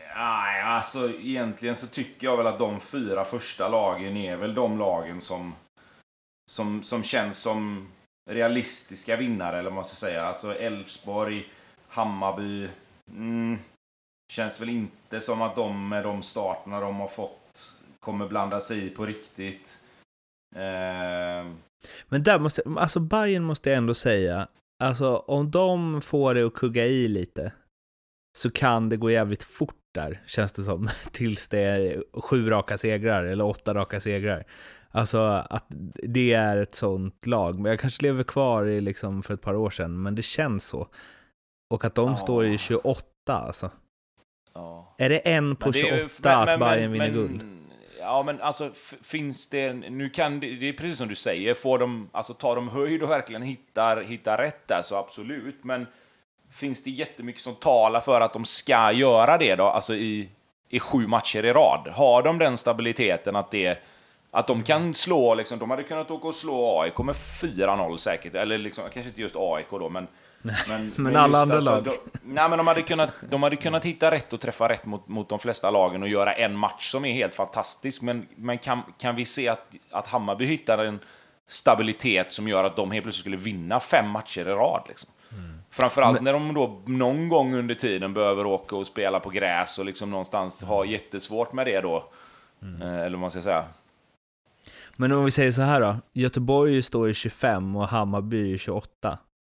Nej, alltså egentligen så tycker jag väl att de fyra första lagen är väl de lagen som som, som känns som realistiska vinnare, eller vad man ska säga. Alltså Elfsborg, Hammarby, mm, känns väl inte som att de med de starterna de har fått kommer blanda sig i på riktigt. Eh... Men där måste, alltså Bayern måste jag ändå säga, alltså om de får det att kugga i lite så kan det gå jävligt fort där, känns det som, tills det är sju raka segrar eller åtta raka segrar. Alltså att det är ett sånt lag. Men jag kanske lever kvar i liksom för ett par år sedan, men det känns så. Och att de ja. står i tjugoåtta alltså. Ja. Är det en på tjugoåtta att Bayern vinner guld? Ja, men alltså f- finns det, nu kan det, det är precis som du säger, får de, alltså tar de höjd och verkligen hittar, hittar rätt där, så absolut, men finns det jättemycket som talar för att de ska göra det då, alltså i, i sju matcher i rad? Har de den stabiliteten att det, att de kan slå, liksom, de hade kunnat åka och slå A I K med fyra noll säkert, eller liksom, kanske inte just A I K då, men men, men, men alla andra alltså, lag. De, nej, men de hade kunnat, de hade kunnat hitta rätt och träffa rätt mot, mot de flesta lagen och göra en match som är helt fantastisk. Men, men kan, kan vi se att, att Hammarby hittar en stabilitet som gör att de helt plötsligt skulle vinna fem matcher i rad? Liksom. Mm. Framförallt men, när de då någon gång under tiden behöver åka och spela på gräs och liksom någonstans ha jättesvårt med det då. Mm. Eh, eller vad man ska säga. Men om vi säger så här då. Göteborg står i tjugofem och Hammarby i tjugoåtta.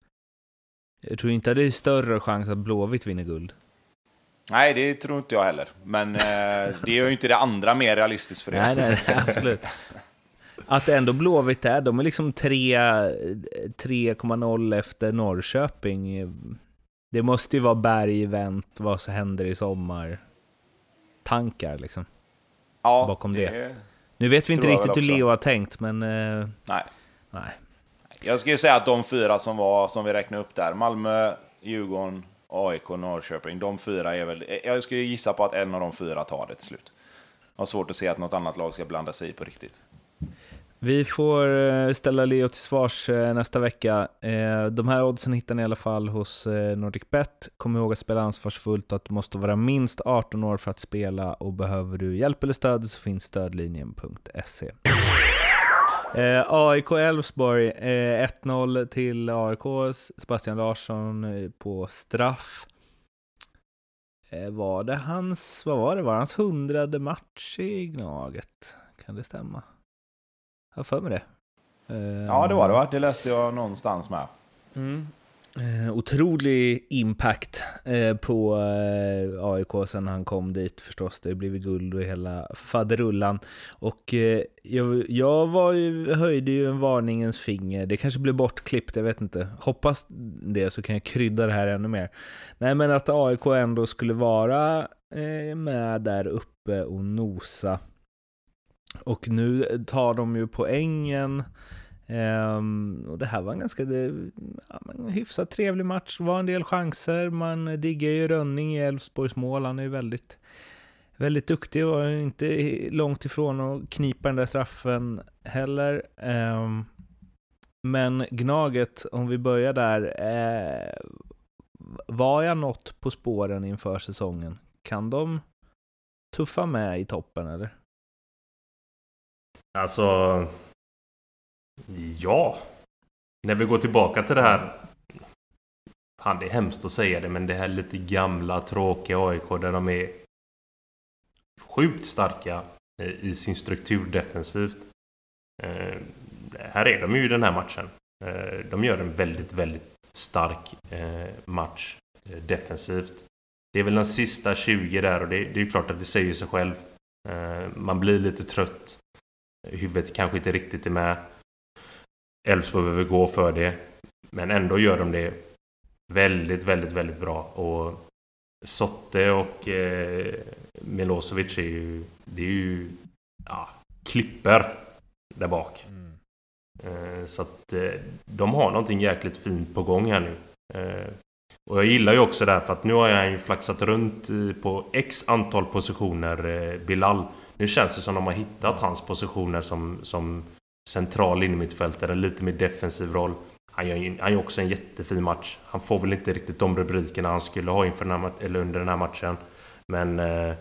Jag tror inte att det är större chans att Blåvitt vinner guld. Nej, det tror inte jag heller. Men eh, det gör ju inte det andra mer realistiskt för det. Nej, nej, absolut. Att ändå Blåvitt är, de är liksom tre komma noll efter Norrköping. Det måste ju vara berg-event, vad som händer i sommar. Tankar liksom. Ja, bakom det. det. Nu vet vi inte riktigt hur Leo har tänkt, men... Eh, nej. nej. Jag skulle säga att de fyra som var som vi räknade upp där, Malmö, Djurgården, A I K, Norrköping, de fyra är väl, jag skulle gissa på att en av de fyra tar det till slut. Jag har svårt att se att något annat lag ska blanda sig i på riktigt. Vi får ställa Leo till svars nästa vecka. De här oddsen hittar ni i alla fall hos NordicBet. Kom ihåg att spela ansvarsfullt och att du måste vara minst arton år för att spela, och behöver du hjälp eller stöd så finns stödlinjen punkt se. Eh, A I K Elfsborg eh, ett noll till A I K. Sebastian Larsson eh, på straff. Eh, var det hans, vad var det? Var hans hundrade match i Gnaget? Kan det stämma? Jag har för mig det. Eh, ja, det var det va? Det läste jag någonstans med. Mm. Eh, otrolig impact eh, på eh, A I K sen han kom dit förstås. Det blev guld och hela faderullan. Och eh, jag, jag var ju, höjde ju en varningens finger. Det kanske blev bortklippt, jag vet inte. Hoppas det, så kan jag krydda det här ännu mer. Nej, men att A I K ändå skulle vara eh, med där uppe och nosa. Och nu tar de ju poängen. Um, och det här var en ganska det, ja, en hyfsat trevlig match. Det var en del chanser. Man diggar ju Rönning i Elfsborgs mål. Han är ju väldigt, väldigt duktig och inte långt ifrån att knipa den där straffen heller. Um, men Gnaget, om vi börjar där, eh, var jag något på spåren inför säsongen? Kan de tuffa med i toppen eller? Alltså, ja. När vi går tillbaka till det här, fan, det är hemskt att säga det, men det här lite gamla, tråkiga A I K där de är sjukt starka i sin struktur defensivt. Eh, här är de ju i den här matchen. Eh, de gör en väldigt, väldigt stark eh, match eh, defensivt. Det är väl den sista tjugo där, och det, det är ju klart att det säger sig själv. Eh, man blir lite trött. Huvudet kanske inte riktigt är med. Elfsborg behöver gå för det. Men ändå gör de det väldigt, väldigt, väldigt bra. Och Sotte och eh, Milosevic är ju, det är ju ja, klipper där bak. Mm. Eh, så att eh, de har någonting jäkligt fint på gång här nu. Eh, och jag gillar ju också därför att nu har jag ju flaxat runt på x antal positioner, eh, Bilal. Nu känns det som de har hittat hans positioner som, som central innermittfältare, lite mer defensiv roll. Han gör, han gör också en jättefin match. Han får väl inte riktigt de rubrikerna han skulle ha inför den här, eller under den här matchen. Men eh,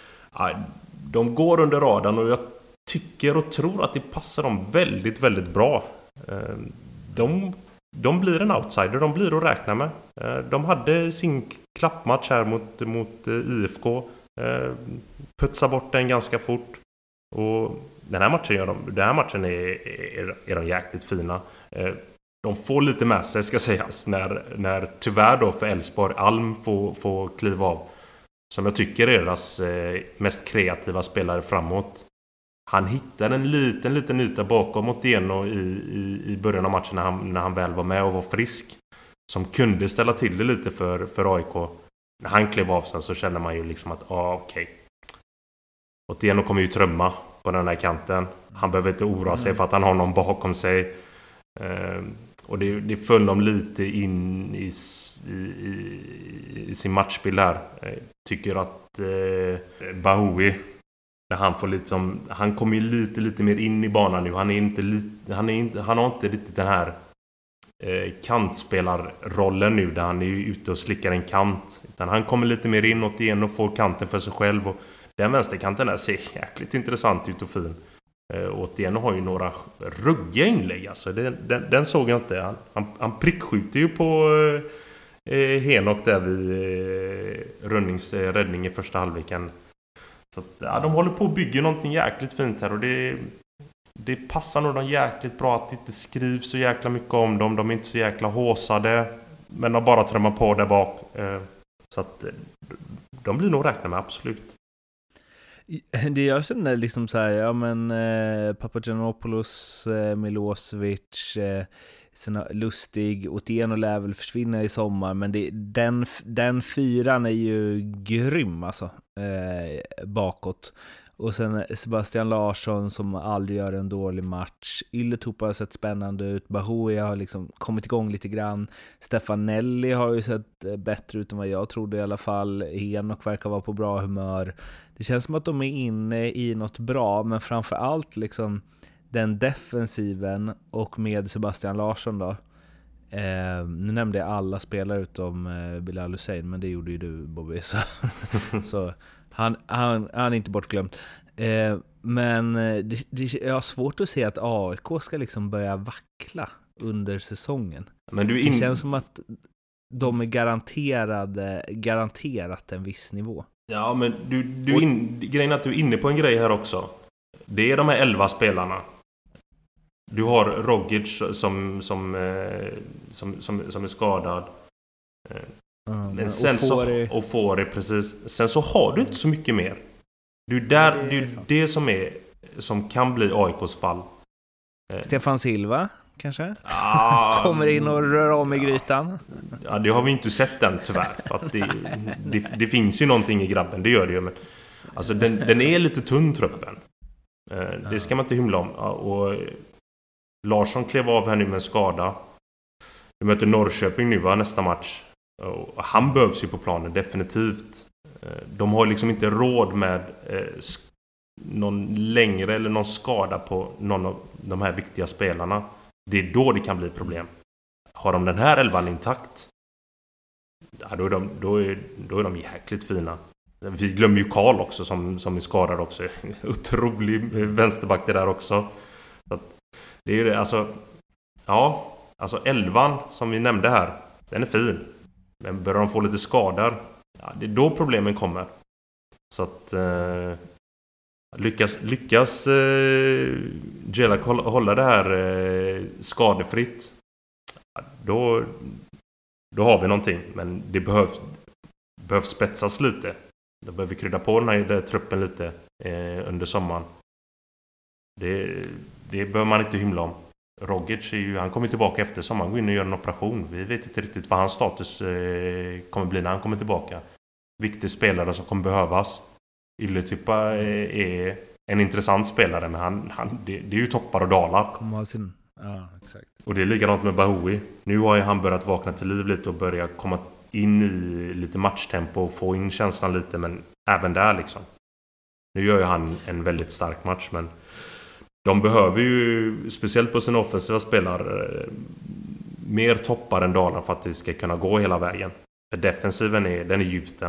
de går under radarn och jag tycker och tror att det passar dem väldigt, väldigt bra. Eh, de, de blir en outsider, de blir att räkna med. Eh, de hade sin klappmatch här mot, mot I F K. Eh, putsa bort den ganska fort. Och den här matchen, gör de, den här matchen är, är, är de jäkligt fina. Eh, de får lite med sig, ska sägas, när, när tyvärr då för Elfsborg Alm får, får kliva av. Som jag tycker är deras eh, mest kreativa spelare framåt. Han hittar en liten, liten yta bakom mot Deno i, i, i början av matchen när han, när han väl var med och var frisk. Som kunde ställa till det lite för, för A I K. När han klev av sen så känner man ju liksom att, ja ah, okej. Okay. Och Deno kommer ju trömma på den här kanten. Han behöver inte oroa sig för att han har någon bakom sig. Eh, och det, det föll dem lite in i, i, i, i sin matchbild här. Eh, tycker att eh, Bahoui, när han får lite som, han kommer ju lite lite mer in i banan nu. Han är inte lite, han är inte, han har inte riktigt den här eh, kantspelarrollen nu där han är ute och slickar en kant. Utan han kommer lite mer inåt igen och får kanten för sig själv. Och den vänsterkanten där ser jäkligt intressant ut och fin. Eh, återigen har ju några ruggiga inlägg. Alltså. Den, den, den såg jag inte. Han, han, han prickskjuter ju på eh, Henok där vid eh, Rönnings eh, räddning i första halvleken. Så att, ja, de håller på att bygga någonting jäkligt fint här. Och det, det passar nog dem jäkligt bra att det inte skrivs så jäkla mycket om dem. De är inte så jäkla håsade. Men de bara trömmar på där bak. Eh, så att de blir nog räkna med, absolut. Det görs när liksom så här, ja men eh, Papagiannopoulos, eh, Milosevic, eh, sina Lustig, Otieno lär väl försvinna i sommar, men det, den, den fyran är ju grym alltså, eh, bakåt. Och sen Sebastian Larsson som aldrig gör en dålig match. Ylätupa har sett spännande ut. Bahoui har liksom kommit igång lite grann. Stefan Nelly har ju sett bättre ut än vad jag trodde i alla fall. Henok verkar vara på bra humör. Det känns som att de är inne i något bra, men framförallt liksom den defensiven och med Sebastian Larsson då. Eh, nu nämnde jag alla spelare utom eh, Bilal Hussein, men det gjorde ju du, Bobby. Så, så han, han, han är inte bortglömd. Eh, men det, det, jag har svårt att se att A I K ska liksom börja vackla under säsongen. Men du in... Det känns som att de är garanterade, garanterat en viss nivå. Ja, men du, du in, grejen är att du är inne på en grej här också. Det är de här elva spelarna. Du har Rogic som, som, eh, som, som, som är skadad. Eh, mm, men sen och får det... så och får det precis. Sen så har du inte så mycket mer. Du där, det, är det, det som är som kan bli A I K:s fall. Eh. Stefan Silva kanske? Ah, kommer in och rör om i grytan. Ja, det har vi inte sett än tyvärr. För att det, det, det finns ju någonting i grabben, det gör det ju. Men, alltså den, den är lite tunn, truppen. Eh, det ska man inte hymla om. Och Larsson klev av här nu med en skada. Vi möter Norrköping nu, va, nästa match. Och han behövs ju på planen, definitivt. De har liksom inte råd med någon längre eller någon skada på någon av de här viktiga spelarna. Det är då det kan bli problem. Har de den här elvan intakt, ja, då, är de, då, är, då är de jäkligt fina. Vi glömmer ju Karl också som, som är skadad också. Otrolig vänsterback det där också. Så att, det är ju det, alltså, ja, alltså elvan som vi nämnde här, den är fin. Men börjar de få lite skador, ja, det är då problemen kommer. Så att eh, lyckas, lyckas eh, Jelak hålla det här eh, skadefritt, då, då har vi någonting. Men det behövs, behövs spetsas lite. Då behöver vi krydda på den här där truppen lite eh, under sommaren. Det, det behöver man inte hymla om. Rogic är ju, han kommer tillbaka efter sommaren, går in och gör en operation. Vi vet inte riktigt vad hans status eh, kommer bli när han kommer tillbaka. Viktig spelare som kommer behövas. Ylätupa är, är en intressant spelare, men han, han, det, det är ju toppar och dalar. Kommer ha sin... Ja, exakt. Och det är likadant med Bahoui. Nu har ju han börjat vakna till liv lite och börja komma in i lite matchtempo och få in känslan lite, men även där liksom. Nu gör ju han en väldigt stark match, men de behöver ju, speciellt på sina offensiva spelare, mer toppar än dalar för att det ska kunna gå hela vägen. För defensiven är, den är gjuten.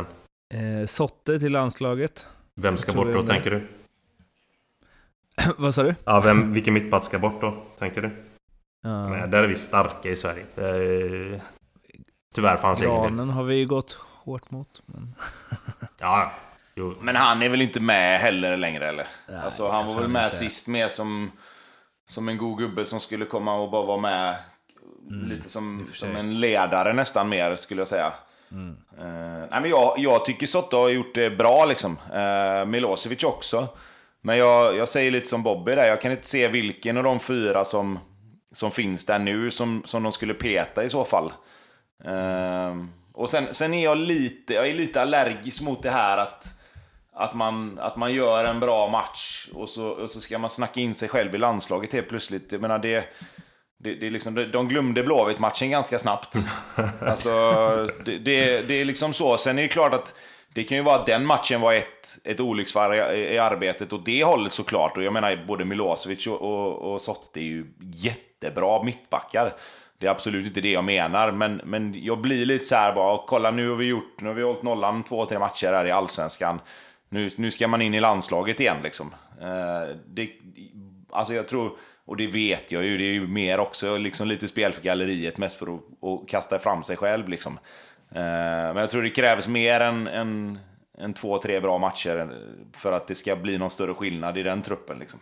Eh, Sotte till landslaget. Vem ska bort då, jag... tänker du? Vad sa du? Ja, vem, vilken mittback ska bort då, tänker du? Ja. Men där är vi starka i Sverige. Eh, tyvärr fanns ingen. Granen har vi ju gått hårt mot. Men... ja, jo. Men han är väl inte med heller längre, eller? Nej, alltså, han var väl med inte. sist med som, som en god gubbe som skulle komma och bara vara med mm, lite som, som en ledare nästan mer, skulle jag säga. Mm. Uh, nej, men jag, jag tycker Sotte har gjort det bra liksom. uh, Milosevic också. Men jag, jag säger lite som Bobby där. Jag kan inte se vilken av de fyra som, som finns där nu som, som de skulle peta i så fall. uh, Och sen, sen är jag lite, jag är lite allergisk mot det här att, att, man, att man gör en bra match och så, och så ska man snacka in sig själv i landslaget helt plötsligt. Jag menar, det, det, det är liksom, de glömde Blåvitt-matchen ganska snabbt. Alltså, det, det, det är liksom så. Sen är det klart att det kan ju vara att den matchen var ett, ett olycksfall i, i arbetet och det hållet såklart. Och jag menar, både Milosevic och, och, och Sotte är ju jättebra mittbackar. Det är absolut inte det jag menar, men, men jag blir lite så här bara, kolla, nu har vi gjort, nu har vi hållit nollan två, tre matcher här i Allsvenskan. Nu, nu ska man in i landslaget igen liksom. Eh, det, alltså jag tror, och det vet jag ju, det är ju mer också liksom lite spel för galleriet, mest för att, att kasta fram sig själv liksom. Eh, men jag tror det krävs mer än, än, än två, tre bra matcher för att det ska bli någon större skillnad i den truppen liksom.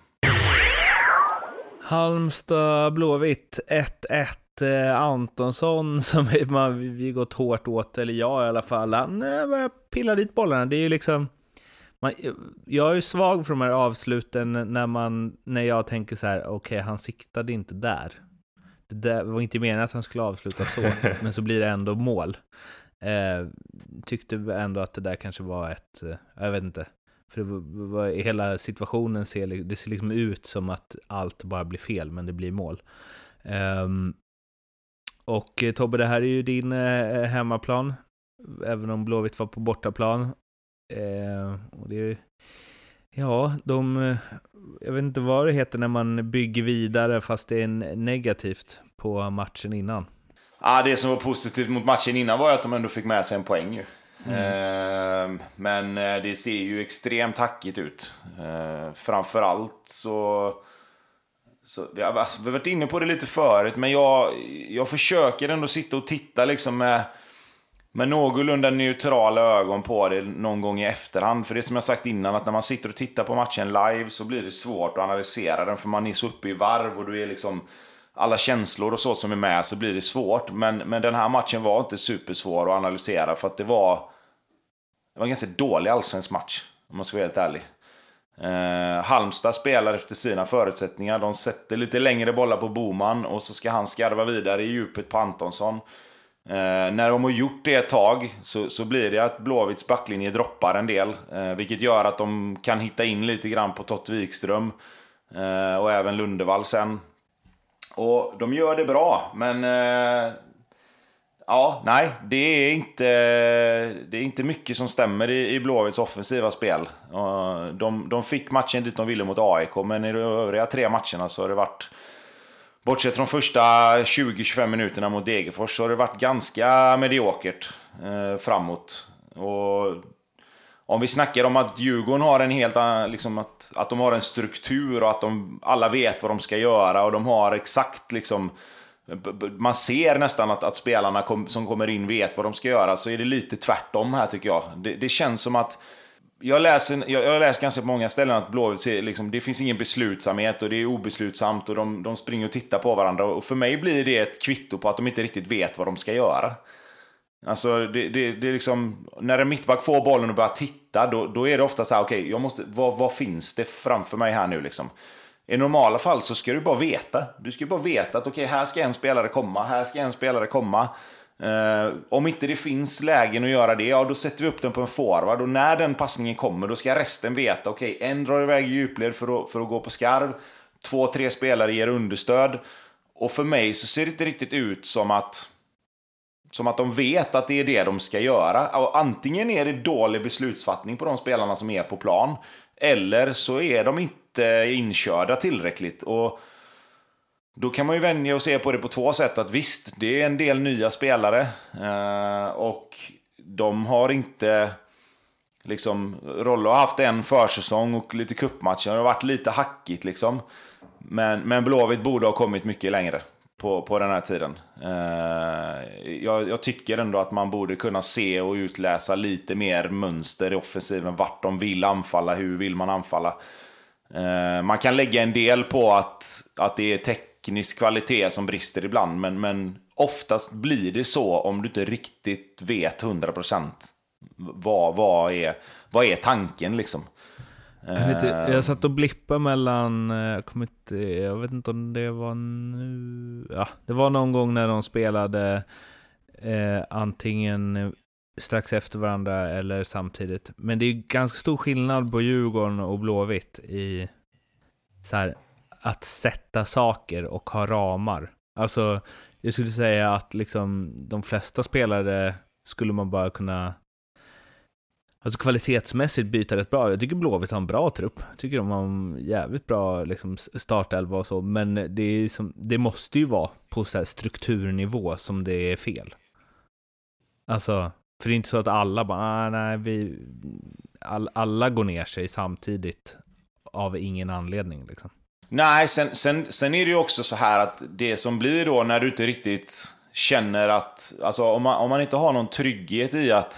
Halmstad Blåvitt ett ett. Antonsson som man, vi gått hårt åt, eller jag i alla fall, han börjar pilla dit bollarna. Det är ju liksom man, jag är ju svag för de här avsluten när man när jag tänker så här: okej, okay, han siktade inte där. Det där var inte meningen att han skulle avsluta så, men så blir det ändå mål. Eh, tyckte ändå att det där kanske var ett, jag vet inte, för det var, var, hela situationen ser, det ser liksom ut som att allt bara blir fel, men det blir mål. Um, Och Tobbe, det här är ju din eh, hemmaplan, även om Blåvitt var på bortaplan. Eh, och det är, ja, de, jag vet inte vad det heter när man bygger vidare fast det är negativt på matchen innan. Ja, det som var positivt mot matchen innan var att de ändå fick med sig en poäng ju. Mm. Eh, men det ser ju extremt hackigt ut. Eh, framförallt så... Så vi har, vi har varit inne på det lite förut, men jag, jag försöker ändå sitta och titta liksom med, med någorlunda neutrala ögon på det någon gång i efterhand. För det som jag sagt innan, att när man sitter och tittar på matchen live så blir det svårt att analysera den, för man är så uppe i varv och du är liksom alla känslor och så som är med, så blir det svårt. Men, men den här matchen var inte supersvår att analysera, för att det var, det var en ganska dålig allsvensk match, om man ska vara helt ärlig. Eh, Halmstad spelar efter sina förutsättningar. De sätter lite längre bollar på Boman och så ska han skarva vidare i djupet på Antonsson. eh, När de har gjort det ett tag så, så blir det att Blåvitts backlinje droppar en del, eh, vilket gör att de kan hitta in lite grann på Tott Wikström eh, och även Lundevall sen. Och de gör det bra, men eh, ja, nej, det är inte det är inte mycket som stämmer i, i Blåvitts offensiva spel. De, de fick matchen dit de ville mot A I K, men i de övriga tre matcherna så har det varit, bortsett från första tjugo till tjugofem minuterna mot Degerfors, så har det varit ganska mediokert eh, framåt. Och om vi snackar om att Djurgården har en helt liksom att, att de har en struktur och att de alla vet vad de ska göra och de har exakt liksom, man ser nästan att, att spelarna kom, som kommer in vet vad de ska göra, så är det lite tvärtom här tycker jag. Det, det känns som att jag läser, jag, jag läser ganska på många ställen att Blåvitt ser, liksom, det finns ingen beslutsamhet och det är obeslutsamt och de, de springer och tittar på varandra, och för mig blir det ett kvitto på att de inte riktigt vet vad de ska göra. Alltså det, det, det är liksom, när en mittback får bollen och börjar titta, då, då är det ofta så här: okej, okay, jag måste, vad, vad finns det framför mig här nu liksom? I normala fall så ska du bara veta. Du ska bara veta att okej, okay, här ska en spelare komma, här ska en spelare komma. Eh, om inte det finns lägen att göra det, ja då sätter vi upp den på en forward. Och när den passningen kommer, då ska resten veta, okej, okay, en drar iväg i djupled för att, för att gå på skarv. Två, tre spelare ger understöd. Och för mig så ser det inte riktigt ut som att som att de vet att det är det de ska göra. Och antingen är det dålig beslutsfattning på de spelarna som är på plan, eller så är de inte inkörda tillräckligt. Och då kan man ju vänja och se på det på två sätt. Att visst, det är en del nya spelare eh, och de har inte liksom, Rollo har haft en försäsong och lite cupmatcher. Det har varit lite hackigt liksom. Men, men Blåvitt borde ha kommit mycket längre på, på den här tiden. Eh, jag, jag tycker ändå att man borde kunna se och utläsa lite mer mönster i offensiven. Vart de vill anfalla, hur vill man anfalla. Eh, man kan lägga en del på att, att det är teknisk kvalitet som brister ibland. Men, men oftast blir det så om du inte riktigt vet hundra procent vad, vad, är, vad är tanken liksom. Jag, vet, jag satt och blippade mellan, jag, kommer inte, jag vet inte om det var nu, ja, det var någon gång när de spelade eh, antingen strax efter varandra eller samtidigt. Men det är ganska stor skillnad på Djurgården och Blåvitt i så här, att sätta saker och ha ramar. Alltså jag skulle säga att liksom de flesta spelare skulle man bara kunna, alltså kvalitetsmässigt byta rätt bra. Jag tycker Blåvitt har en bra trupp. Jag tycker de har en jävligt bra liksom, startelva och så. Men det, är som, det måste ju vara på så här strukturnivå som det är fel. Alltså, för det är inte så att alla bara, ah, nej, vi, all, alla går ner sig samtidigt av ingen anledning liksom. Nej, sen, sen, sen är det ju också så här att det som blir då när du inte riktigt känner att, alltså om man, om man inte har någon trygghet i att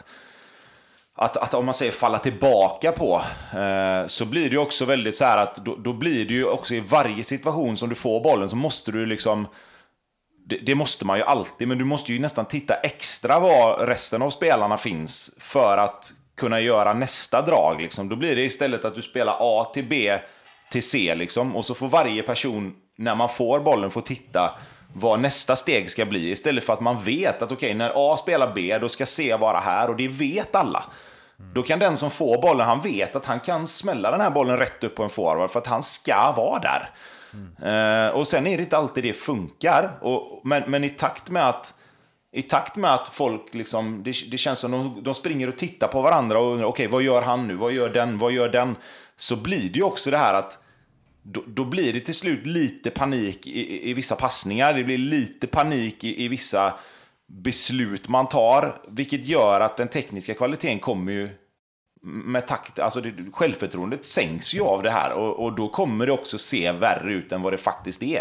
Att, att om man säger falla tillbaka på eh, så blir det ju också väldigt så här att då, då blir det ju också i varje situation som du får bollen så måste du liksom det, det måste man ju alltid, men du måste ju nästan titta extra var resten av spelarna finns för att kunna göra nästa drag liksom. Då blir det istället att du spelar A till B till C liksom, och så får varje person när man får bollen få titta vad nästa steg ska bli, istället för att man vet att okej, okay, när A spelar B då ska C vara här, och det vet alla. Mm. Då kan den som får bollen, han vet att han kan smälla den här bollen rätt upp på en forward för att han ska vara där. Mm. Uh, och sen är det inte alltid det funkar, och, men, men i takt med att i takt med att folk liksom, det, det känns som de, de springer och tittar på varandra och undrar okej, okay, vad gör han nu, vad gör den, vad gör den, så blir det ju också det här att Då, då blir det till slut lite panik i, i vissa passningar. Det blir lite panik i, i vissa beslut man tar, vilket gör att den tekniska kvaliteten kommer ju med takt, alltså det, självförtroendet sänks ju av det här, och, och då kommer det också se värre ut än vad det faktiskt är.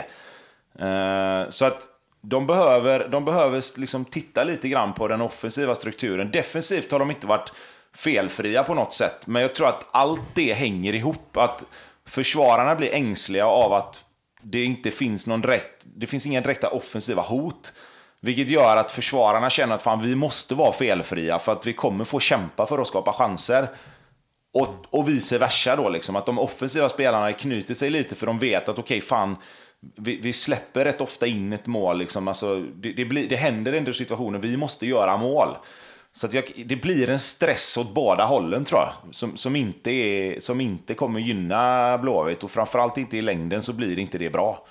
Uh, så att de behöver, de behöver liksom titta lite grann på den offensiva strukturen. Defensivt har de inte varit felfria på något sätt, men jag tror att allt det hänger ihop, att försvararna blir ängsliga av att det inte finns någon direkt, det finns inga direkta offensiva hot, vilket gör att försvararna känner att fan, vi måste vara felfria för att vi kommer få kämpa för att skapa chanser, och, och vice versa då liksom, att de offensiva spelarna knyter sig lite för de vet att okej, okay, fan, vi, vi släpper rätt ofta in ett mål liksom, alltså, det, det, blir, det händer ändå situationer, vi måste göra mål. Så att jag, det blir en stress åt båda hållen, tror jag, som, som, inte är, som inte kommer gynna Blåvitt, och framförallt inte i längden så blir det inte det bra.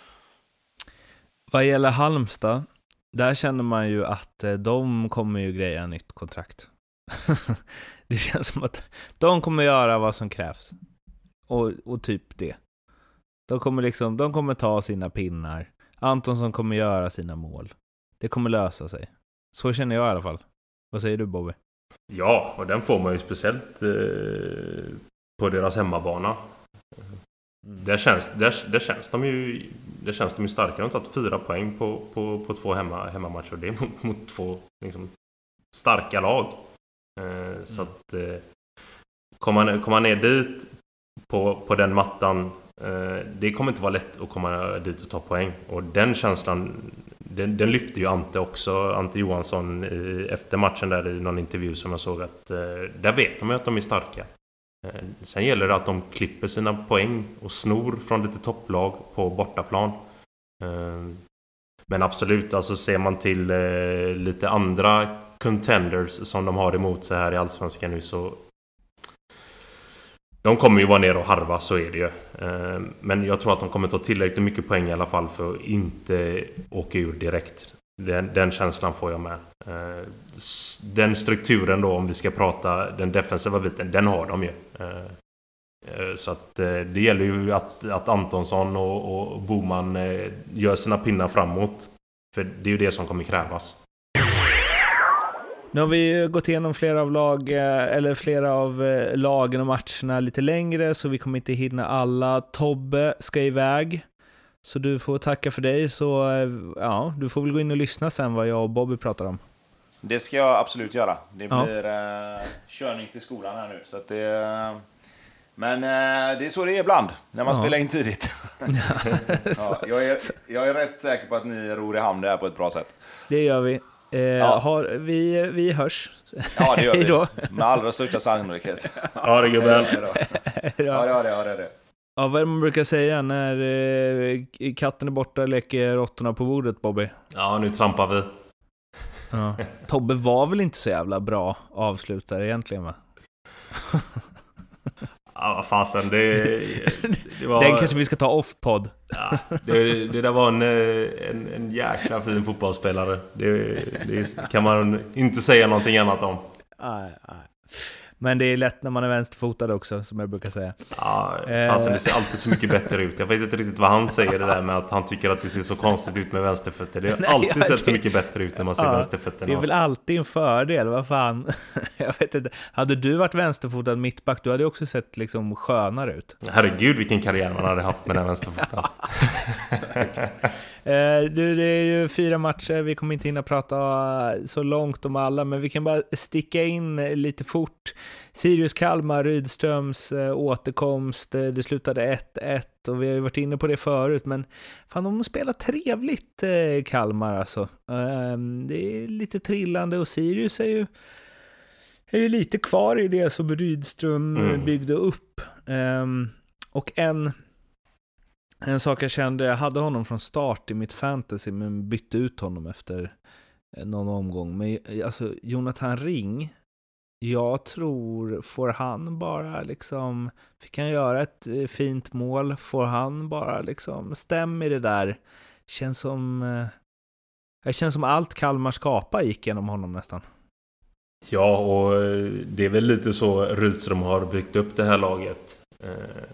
Vad gäller Halmstad, där känner man ju att de kommer ju greja nytt kontrakt. Det känns som att de kommer göra vad som krävs. Och, och typ det. De kommer liksom, de kommer ta sina pinnar. Antonsson kommer göra sina mål. Det kommer lösa sig. Så känner jag i alla fall. Vad säger du, Bobby? Ja, och den får man ju speciellt eh, på deras hemmabana. Mm. Där, känns, där, där känns de ju där känns de ju starka. De har tagit fyra poäng på, på, på två hemma, hemmamatcher. Det är mot, mot två liksom, starka lag. Eh, mm. Så att eh, komma, komma ner dit på, på den mattan, eh, det kommer inte vara lätt att komma dit och ta poäng. Och den känslan, Den, den lyfte ju Ante också, Ante Johansson i, efter matchen där i någon intervju som jag såg, att eh, där vet de ju att de är starka. Eh, sen gäller det att de klipper sina poäng och snor från lite topplag på bortaplan. Eh, men absolut, alltså ser man till eh, lite andra contenders som de har emot sig här i Allsvenskan nu, så de kommer ju vara ner och harva, så är det ju. Men jag tror att de kommer ta tillräckligt mycket poäng i alla fall för att inte åka ur direkt. Den, den känslan får jag med. Den strukturen då, om vi ska prata den defensiva biten, den har de ju. Så att det gäller ju att, att Antonsson och, och Boman gör sina pinnar framåt. För det är ju det som kommer krävas. Nu har vi gått igenom flera av lag eller flera av lagen och matcherna lite längre, så vi kommer inte hinna alla. Tobbe ska iväg, så du får tacka för dig. Så ja, du får väl gå in och lyssna sen vad jag och Bobby pratar om. Det ska jag absolut göra. Det Ja. blir eh, körning till skolan här nu. Så att det, men eh, det är så det är ibland när man Ja. spelar in tidigt. Ja, jag, är, jag är rätt säker på att ni ror i hamn det här på ett bra sätt. Det gör vi. Eh, Ja. har, vi, vi hörs. Ja, det gör Hej då. vi. Med allra största sannolikhet. Ja, det går väl. Ja, det har det, ja, det, det. Ja, vad är det man brukar säga när eh, katten är borta och leker råttorna på bordet, Bobby? Ja, nu trampar vi. Ja. Tobbe var väl inte så jävla bra avslutare egentligen, va? Ja, vad fasen, det, det var... Den kanske vi ska ta off-podd. Ja, det, det där var en, en, en jäkla fin fotbollsspelare. Det, det kan man inte säga någonting annat om. Nej, nej. Men det är lätt när man är vänsterfotad också, som jag brukar säga. Ja, fasen, det ser alltid så mycket bättre ut. Jag vet inte riktigt vad han säger det där med att han tycker att det ser så konstigt ut med vänsterfötter. Det har Nej, alltid ja, sett det- så mycket bättre ut när man ser Ja, vänsterfötterna. Det är väl alltid en fördel, vad fan. Jag vet inte. Hade du varit vänsterfotad mittback, du hade ju också sett liksom skönare ut. Herregud, vilken karriär man hade haft med den vänsterfoten. Eh, du, det är ju fyra matcher, vi kommer inte hinna prata så långt om alla, men vi kan bara sticka in lite fort. Sirius Kalmar, Rydströms eh, återkomst, eh, det slutade ett ett och vi har ju varit inne på det förut, men fan, de spelar trevligt, eh, Kalmar alltså. Eh, det är lite trillande och Sirius är ju är ju lite kvar i det som Rydström eh, Mm. byggde upp. Eh, och en En sak jag kände, jag hade honom från start i mitt fantasy, men bytte ut honom efter någon omgång. Men alltså, Jonathan Ring, jag tror, får han bara liksom, fick han göra ett eh, fint mål, får han bara liksom, stäm i det där. Känns som, eh, det känns som allt Kalmar skapa gick genom honom nästan. Ja, och det är väl lite så Rydström har byggt upp det här laget. Eh,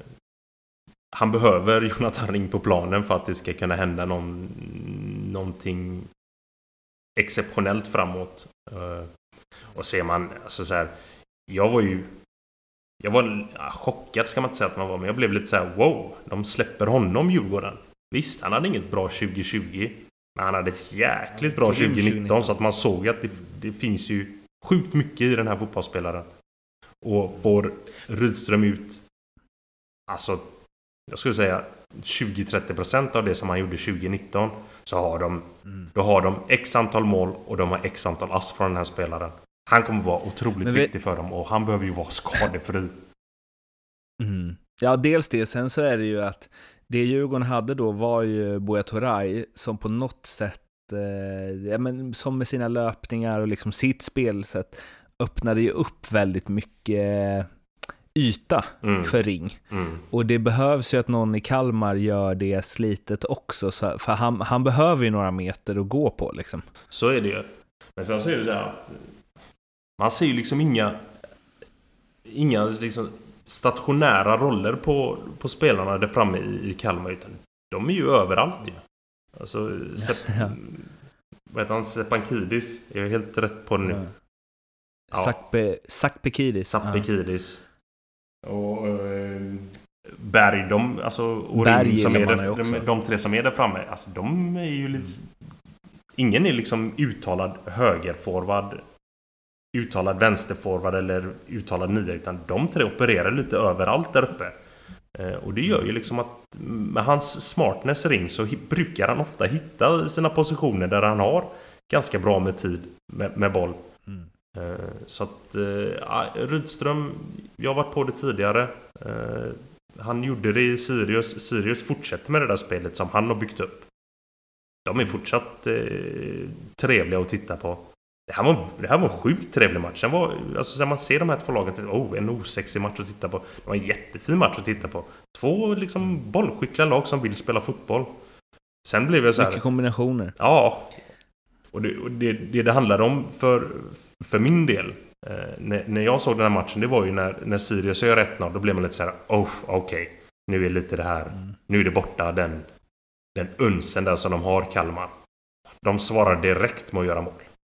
han behöver Jonathan Ring på planen för att det ska kunna hända någon, någonting exceptionellt framåt. Eh, och ser man, alltså så här, jag var ju jag var ja, chockad ska man inte säga att man var, men jag blev lite så här: wow, de släpper honom, Djurgården. Visst, han hade inget bra tjugo tjugo, men han hade ett jäkligt bra tjugo nitton, så att man såg att det, det finns ju sjukt mycket i den här fotbollsspelaren. Och får Rydström ut, alltså jag skulle säga tjugo till trettio procent av det som han gjorde tjugo nitton, så har de, Mm. då har de x antal mål och de har x antal ass från den här spelaren. Han kommer vara otroligt Men vi- viktig för dem och han behöver ju vara skadefri. Mm. Ja, dels det. Sen så är det ju att det Djurgården hade då var ju Buya Turay som på något sätt, eh, ja, men som med sina löpningar och liksom sitt spelsätt öppnade ju upp väldigt mycket eh, yta Mm. för Ring. Mm. Och det behövs ju att någon i Kalmar gör det slitet också, så, för han, han behöver ju några meter att gå på liksom. Så är det ju. Men sen så är det så här att man ser ju liksom inga inga liksom stationära roller på, på spelarna där framme i, i Kalmar, utan de är ju överallt ju. Alltså Sepp, Ja. vad heter han? Sepankidis. Jag är helt rätt på det nu. Ja. Sakpe, Sakpekidis. Sapekidis. Och eh, Berg, de, alltså, och Berg Ring som är gillar man ju där, också. de, de tre som är där framme, alltså de är ju lite... Ingen är liksom uttalad högerforward, uttalad vänsterforward eller uttalad nia, utan de tre opererar lite överallt där uppe. Eh, och det gör ju liksom att med hans smartness Ring så hi- brukar han ofta hitta sina positioner där han har ganska bra med tid med, med boll. Mm. Eh, så att eh, Rydström, jag har varit på det tidigare. Eh, han gjorde det i Sirius. Sirius fortsätter med det där spelet som han har byggt upp. De är fortsatt eh, trevliga att titta på. Det här var, det här var en sjukt trevlig match. Den var, alltså, när man ser de här två lagen, oh, en osexig match att titta på. Det var en jättefin match att titta på. Två liksom bollskickliga lag som vill spela fotboll. Sen blev jag så här... Mycket kombinationer. Ja. Och det och det, det, det handlade om för, för min del. Eh, när, när jag såg den här matchen, det var ju när, när Sirius gör ett noll. Då blev man lite så här: oh, okej. Okay. Nu är lite det här... Mm. Nu är det borta den, den unsen där som de har, Kalmar. De svarar direkt med att göra mål.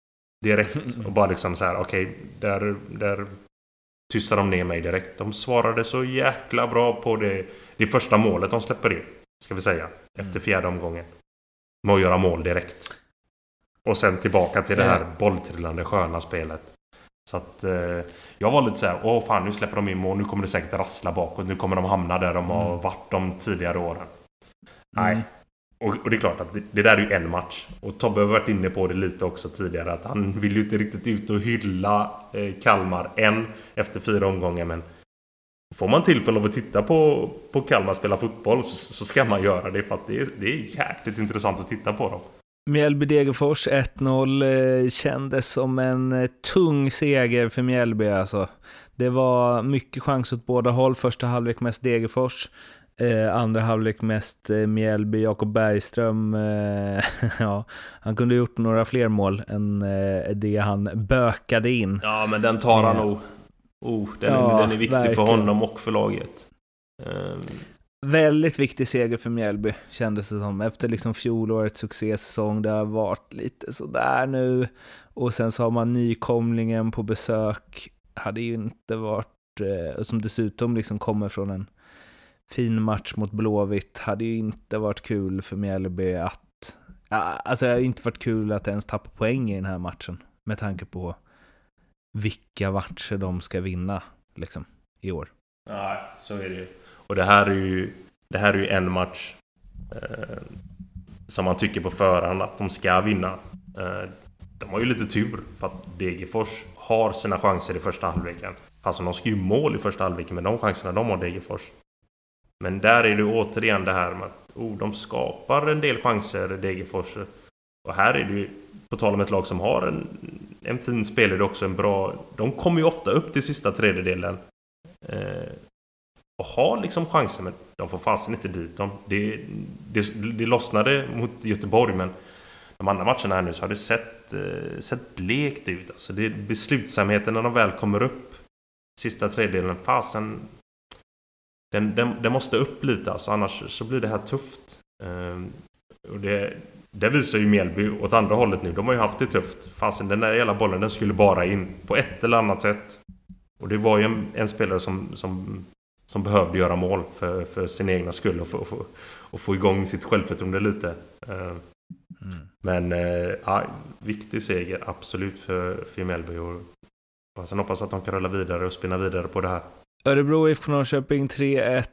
direkt. Och bara liksom så här, okej, okay, där, där tystade de ner mig direkt. De svarade så jäkla bra på det, det första målet de släpper in, ska vi säga, efter fjärde omgången. Med att göra mål direkt. Och sen tillbaka till det här bolltrillande sköna spelet. Så att eh, jag var lite så här, åh fan, nu släpper de in mål, nu kommer det säkert rassla bakåt, nu kommer de hamna där de har varit de tidigare åren. Mm. Nej. Och, och det är klart att det, det där är ju en match. Och Tobbe har varit inne på det lite också tidigare, att han vill ju inte riktigt ut och hylla eh, Kalmar än efter fyra omgångar, men får man tillfälle att titta på, på Kalmar spela fotboll så, så ska man göra det, för att det är, det är jäkligt intressant att titta på dem. Mjällby-Degerfors ett noll eh, kändes som en eh, tung seger för Mjällby alltså. Det var mycket chans åt båda håll. Första halvlek mest Degerfors, eh, andra halvlek mest eh, Mjällby. Jakob Bergström, eh, ja, han kunde ha gjort några fler mål än eh, det han bökade in. Ja, men den tar han nog. Oh, den, ja, är, den är viktig verkligen för honom och för laget. Um... Väldigt viktig seger för Mjällby, kändes det som. Efter liksom fjolårets succésäsong, det har varit lite sådär nu. Och sen så har man nykomlingen på besök. Hade ju inte varit, eh, som dessutom liksom kommer från en fin match mot Blåvitt. Hade ju inte varit kul för Mjällby att... Ja, alltså det har inte varit kul att ens tappa poäng i den här matchen. Med tanke på vilka matcher de ska vinna liksom, i år. Nej, så är det ju. Och det här är ju, det här är ju en match eh, som man tycker på förhand att de ska vinna. Eh, de har ju lite tur för att Degerfors har sina chanser i första halvleken. Alltså de ska ju mål i första halvleken, men de chanserna de har Degerfors. Men där är det återigen det här med att oh, de skapar en del chanser, Degerfors. Och här är det ju, på tal om ett lag som har en, en fin spelare också, en bra... De kommer ju ofta upp till sista tredjedelen. Eh, och har liksom chanser, men de får fasen inte dit dem. Det, det, det lossnade mot Göteborg, men de andra matcherna här nu så har det sett, eh, sett blekt ut. Alltså det är beslutsamheten när de väl kommer upp sista tredjedelen, fasen den, den, den måste upp lite, alltså, annars så blir det här tufft. Eh, och det, det visar ju Mjällby åt andra hållet nu. De har ju haft det tufft. Fasen, den där hela bollen, den skulle bara in på ett eller annat sätt. Och det var ju en, en spelare som, som, som behövde göra mål för, för sin egna skull och få, få, och få igång sitt självförtroende lite. Mm. Men ja, viktig seger absolut för, för Mjällby. Och sen hoppas att de kan rulla vidare och spinna vidare på det här. Örebro I F K Norrköping tre ett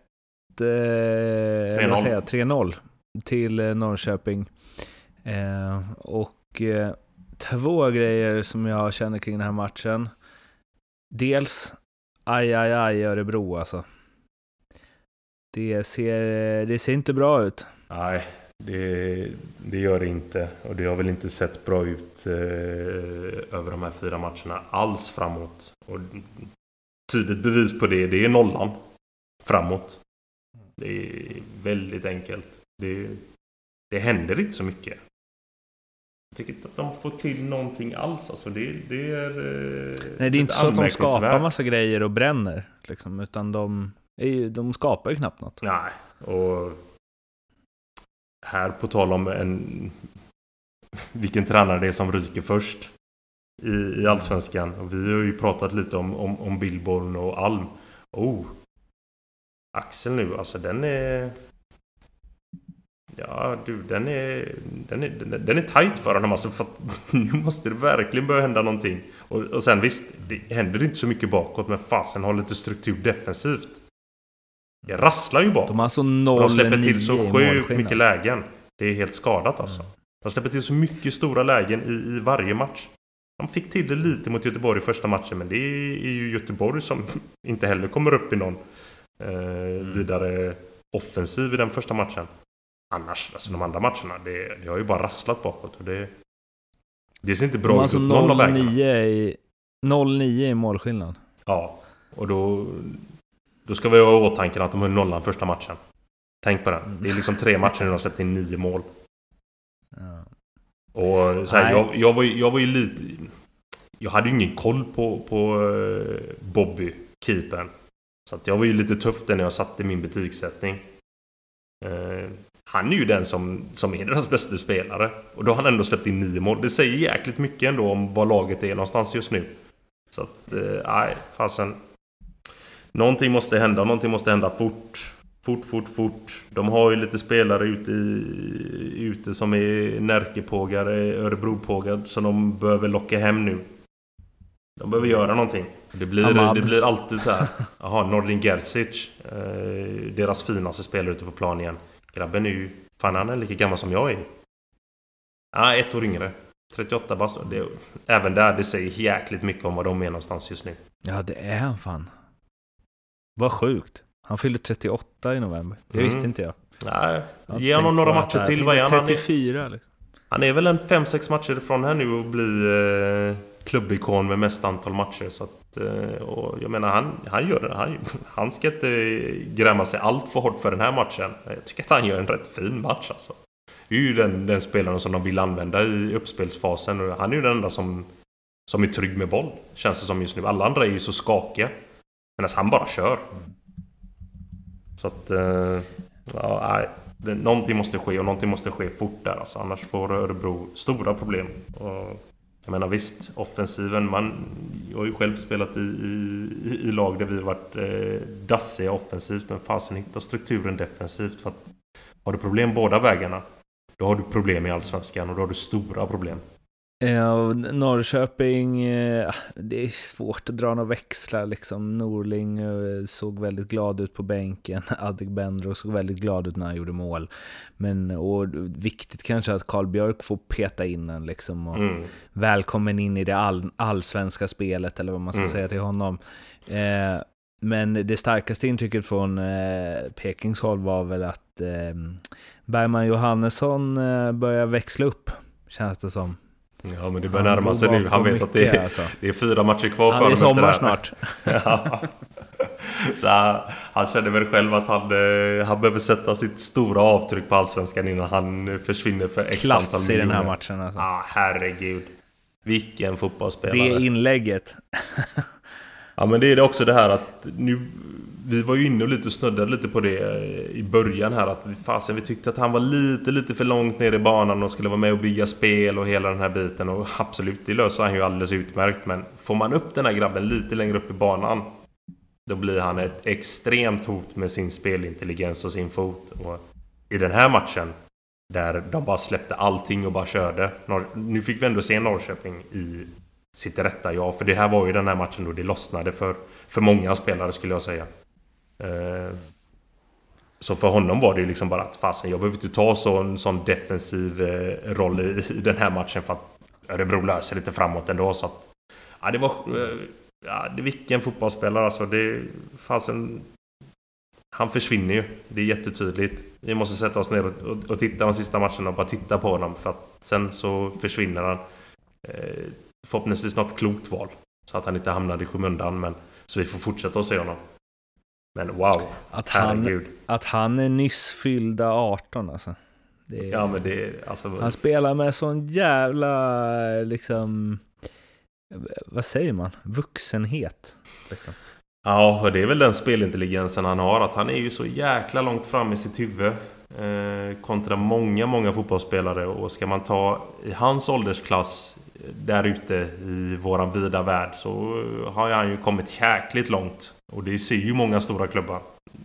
eh, vad säger jag, tre noll till Norrköping. Eh, och eh, två grejer som jag känner kring den här matchen. Dels aj aj aj Örebro alltså. Det ser, det ser inte bra ut. Nej, det, det gör det inte. Och det har väl inte sett bra ut eh, över de här fyra matcherna alls framåt. Och tydligt bevis på det, det är nollan framåt. Det är väldigt enkelt. Det, det händer inte så mycket. Jag tycker inte att de får till någonting alls. Alltså det, det är, nej, det är inte så att de skapar massa grejer och bränner. Liksom, utan de, de skapar ju knappt något. Nej, och här på tal om en, vilken tränare det är som ryker först i, i Allsvenskan. Och vi har ju pratat lite om, om, om Billborn och Alm. Oh, Axel nu, alltså den är... Ja, du, den är, den är, den är tajt för honom alltså, för att nu måste det verkligen börja hända någonting. Och, och sen visst, det händer inte så mycket bakåt, men fasen har lite struktur defensivt. Det rasslar ju bakåt. De har alltså noll, de släpper till så sjukt mycket lägen. Det är helt skadat alltså. De släpper till så mycket stora lägen i, i varje match. De fick till det lite mot Göteborg i första matchen, men det är ju Göteborg som inte heller kommer upp i någon eh, vidare offensiv i den första matchen. Annars, alltså de andra matcherna, det, det har ju bara rasslat bakåt. Och det, det ser inte bra ut. Alltså noll nio i målskillnad. Ja, och då, då ska vi ha i åtanke att de har nollan första matchen. Tänk på det. Det är liksom tre matcher när de har släppt in nio mål. Ja. Och så här, jag, jag, var, jag var ju lite... Jag hade ju ingen koll på, på Bobby, keepern. Så att jag var ju lite tuff när jag satte min betygssättning. han är ju den som, som är deras bästa spelare. Och då har han ändå släppt in nio mål. Det säger jäkligt mycket ändå om vad laget är någonstans just nu. Så att, nej, fasen. Någonting måste hända, någonting måste hända fort. Fort, fort, fort. De har ju lite spelare ute, i, ute som är Närkepågar, Örebropågar, som de behöver locka hem nu. De behöver göra någonting. Det blir, det blir alltid så här. Jaha, Nordin Gerzic, eh, deras finaste spelare ute på plan igen. Grabben är ju, fan han är lika gammal som jag är. Ja, ett år yngre. trettioåtta bast. Det, även där, det säger jäkligt mycket om vad de är någonstans just nu. Ja, det är han fan. Vad sjukt. Han fyllde trettioåtta i november. Det Mm. visste inte jag. Nej, jag ge honom några på matcher att- till. Vad är han? trettiofyra liksom. Han är väl en fem sex matcher ifrån här nu och bli eh, klubbikon med mest antal matcher. Så att, eh, och jag menar, han, han gör det. Han, han ska inte grämma sig allt för hårt för den här matchen. Jag tycker att han gör en rätt fin match alltså. Det är ju den, den spelaren som de vill använda i uppspelsfasen. Och han är ju den enda som, som är trygg med boll. Känns det som just nu. Alla andra är ju så skakiga. Men alltså, han bara kör. Så att... Eh, ja, nej. Det, någonting måste ske och någonting måste ske fort där alltså, annars får Örebro stora problem. Och jag menar visst, offensiven, man, jag har ju själv spelat i, i, i lag där vi har varit eh, dassiga offensivt, men fasen hitta strukturen defensivt. För att har du problem båda vägarna, då har du problem i Allsvenskan och då har du stora problem. Ja, Norrköping, eh, det är svårt att dra några växlar liksom. Norling eh, såg väldigt glad ut på bänken. Adegbenro såg väldigt glad ut när han gjorde mål. Men och viktigt kanske att Carl Björk får peta in en liksom, och Mm. välkommen in i det all, allsvenska spelet eller vad man ska Mm. säga till honom. Eh, men det starkaste intrycket från eh, Pekings håll var väl att eh, Bergman Johannesson eh, börjar växla upp, känns det som. Ja, men det börjar närma sig nu. Han vet att det är, alltså. det är fyra matcher kvar Ja, för det är honom sommar efter det här. snart. Ja. Så han, han känner väl själv att han, eh, han behöver sätta sitt stora avtryck på Allsvenskan innan han försvinner för x antal Klass i miljoner. den här matchen alltså. Ah, herregud. Vilken fotbollsspelare. Det inlägget. Ja, men det är det också det här att nu, vi var ju inne och lite snuddade lite på det i början här, att fasen, vi tyckte att han var lite lite för långt ner i banan och skulle vara med och bygga spel och hela den här biten, och absolut, det löser han ju alldeles utmärkt. Men får man upp den här grabben lite längre upp i banan, då blir han ett extremt hot med sin spelintelligens och sin fot. Och i den här matchen där de bara släppte allting och bara körde, nu fick vi ändå se Norrköping i sitt rätta, ja, för det här var ju den här matchen då det lossnade för, för många spelare, skulle jag säga. Eh, så för honom var det ju liksom bara att fasen, jag behöver inte ta så, en sån defensiv eh, roll i, i den här matchen, för att Örebro löser lite framåt ändå. Så att, ja, det var eh, ja, det, vilken fotbollsspelare alltså, det fasen, han försvinner ju, det är jättetydligt. Vi måste sätta oss ner och, och, och titta de sista matcherna och bara titta på honom, för att sen så försvinner han. Eh, förhoppningsvis något klokt val, så att han inte hamnar i skymundan, men så vi får fortsätta att se honom. Men wow, Att herregud. han, att han är nyss fyllda arton alltså. Det är, Ja, men det är, alltså, han spelar med sån jävla liksom, vad säger man? Vuxenhet liksom. ja, och det är väl den spelintelligensen han har, att han är ju så jäkla långt fram i sitt huvud eh, kontra många, många fotbollsspelare. Och ska man ta i hans åldersklass där ute i våran vida värld, så har han ju kommit jäkligt långt. Och det ser ju många stora klubbar.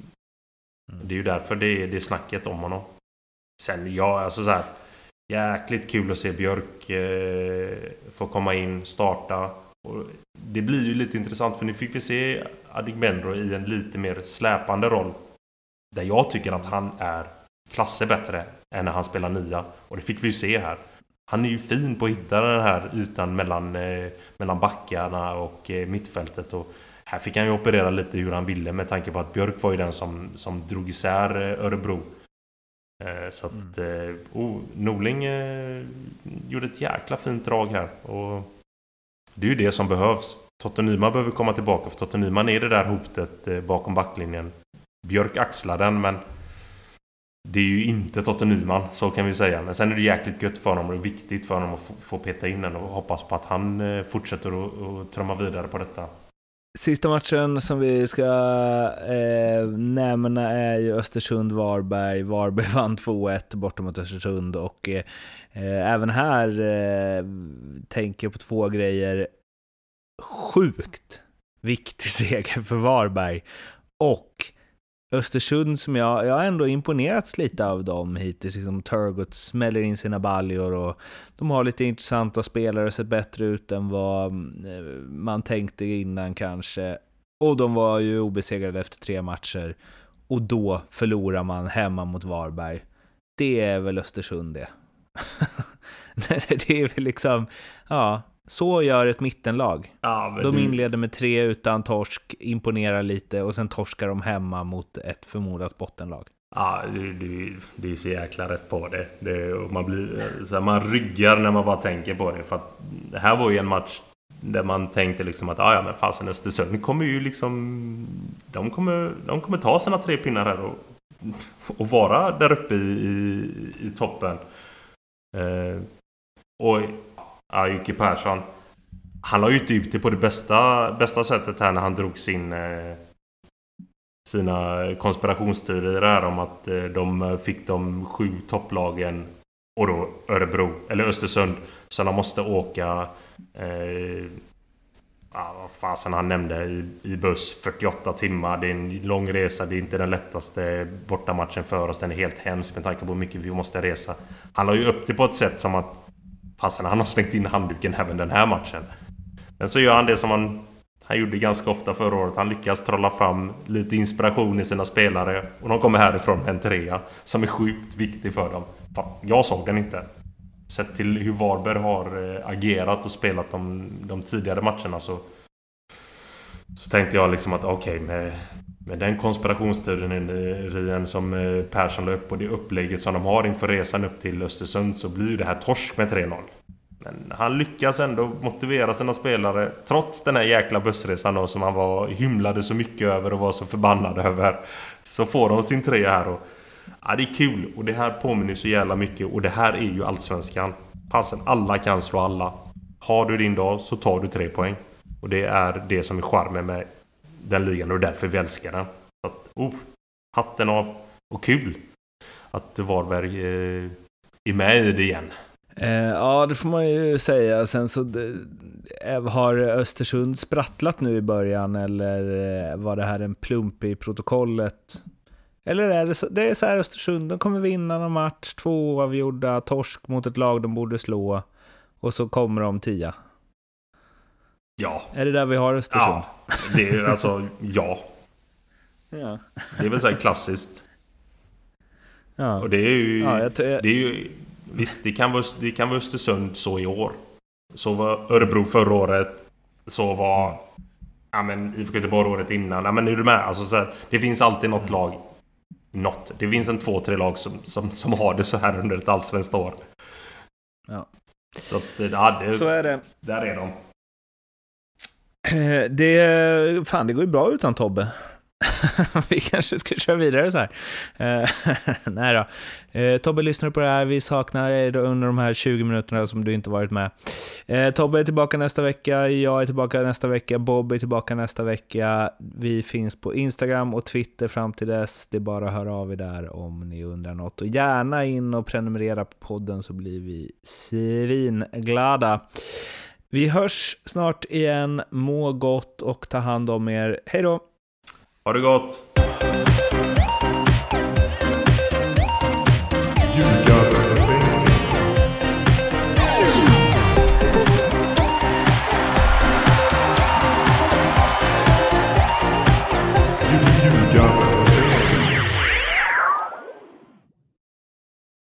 Det är ju därför det är, det är snacket om honom. Sen, ja, alltså så här, jäkligt kul att se Björk eh, få komma in, starta. Och det blir ju lite intressant, för nu fick vi se Adegbenro i en lite mer släpande roll, där jag tycker att han är klasser bättre än när han spelar nia. Och det fick vi ju se här. Han är ju fin på att hitta den här ytan mellan, eh, mellan backarna och eh, mittfältet. Och här fick han ju operera lite hur han ville, med tanke på att Björk var ju den som, som drog isär eh, Örebro. Eh, så att eh, oh, Norling eh, gjorde ett jäkla fint drag här. Och det är ju det som behövs. Totte Nyman behöver komma tillbaka, för Totte Nyman är det där hotet eh, bakom backlinjen. Björk axlar den, men det är ju inte Totte Nyman, så kan vi säga. Men sen är det jäkligt gött för honom och viktigt för honom att få, få peta in den, och hoppas på att han eh, fortsätter att trumma vidare på detta. Sista matchen som vi ska eh, nämna är ju Östersund-Varberg. Varberg vann två ett borta mot Östersund och eh, även här eh, tänker jag på två grejer. Sjukt viktig seger för Varberg och Östersund som jag, jag har ändå imponerats lite av dem hittills. Liksom Turgut smäller in sina baljor och de har lite intressanta spelare och sett bättre ut än vad man tänkte innan kanske. Och de var ju obesegrade efter tre matcher och då förlorar man hemma mot Varberg. Det är väl Östersund det. Det är väl liksom, ja, så gör ett mittenlag. Ja, de inleder med tre utan torsk, imponerar lite och sen torskar de hemma mot ett förmodat bottenlag. Ja, det, det, det är så jäkla rätt på det. det och man, blir, så här, man ryggar när man bara tänker på det. För att det här var ju en match där man tänkte liksom att ja, men fasen Östersund kommer ju liksom... De kommer, de kommer ta sina tre pinnar här och, och vara där uppe i, i, i toppen. Eh, och ja, Jocke Persson, han la ju inte ut det på det bästa, bästa sättet här när han drog sin, eh, sina konspirationsteorier här om att eh, de fick de sju topplagen och då Örebro, eller Östersund, så de måste åka eh, ja, vad fasen han nämnde i, i buss fyrtioåtta timmar. Det är en lång resa, det är inte den lättaste bortamatchen för oss, den är helt hemsk med tanke på hur mycket vi måste resa. Han la ju upp det på ett sätt som att fasen, han har slängt in handduken även den här matchen. Men så gör han det som han, han gjorde ganska ofta förra året. Han lyckas trolla fram lite inspiration i sina spelare. Och de kommer härifrån med en trea som är sjukt viktig för dem. Jag såg den inte. Sett till hur Varberg har agerat och spelat de, de tidigare matcherna så, så tänkte jag liksom att okej, okay, med, med den konspirationsteorin som Persson la upp och det upplägget som de har inför resan upp till Östersund så blir det här torsk med tre noll. Men han lyckas ändå motivera sina spelare trots den här jäkla bussresan då, som han var hymlade så mycket över och var så förbannad över. Så får de sin tre här och ja, det är kul och det här påminner så jävla mycket och det här är ju allsvenskan. Passen, alla kan slå alla. Har du din dag så tar du tre poäng. Och det är det som är charmen med den ligan och därför vi älskar den. Så att, oh, hatten av och kul att Varberg eh, är med i det igen. Eh, ja, det får man ju säga. Sen så eh, har Östersund sprattlat nu i början eller eh, var det här en plump i protokollet? Eller är det så, det är så här Östersund, de kommer vinna någon match, två avgjorda, torsk mot ett lag de borde slå och så kommer de tia. Ja. Är det där vi har Östersund? Ja, det är alltså, ja. Ja. Det är väl så här klassiskt. Ja. Och det är ju, ja, jag tror jag... det är ju visst, det kan, vara, det kan vara Östersund så i år. Så var Örebro förra året. Så var ja, men I F K Göteborg året innan. Ja, men är du med? Alltså, så här, det finns alltid något lag. Något. Det finns en två, tre lag som, som, som har det så här under ett allsvenskt år. Ja. Så, att, ja, det, så är det. Där är de. Det, fan, det går ju bra utan Tobbe. Vi kanske ska köra vidare så här. Uh, nej då. Uh, Tobbe lyssnar på det här. Vi saknar dig under de här tjugo minuterna som du inte varit med. Uh, Tobbe är tillbaka nästa vecka. Jag är tillbaka nästa vecka. Bob är tillbaka nästa vecka. Vi finns på Instagram och Twitter fram till dess. Det är bara att höra av er där om ni undrar något. Och gärna in och prenumerera på podden så blir vi svinglada. Vi hörs snart igen. Må gott och ta hand om er. Hej då! Ha det gott!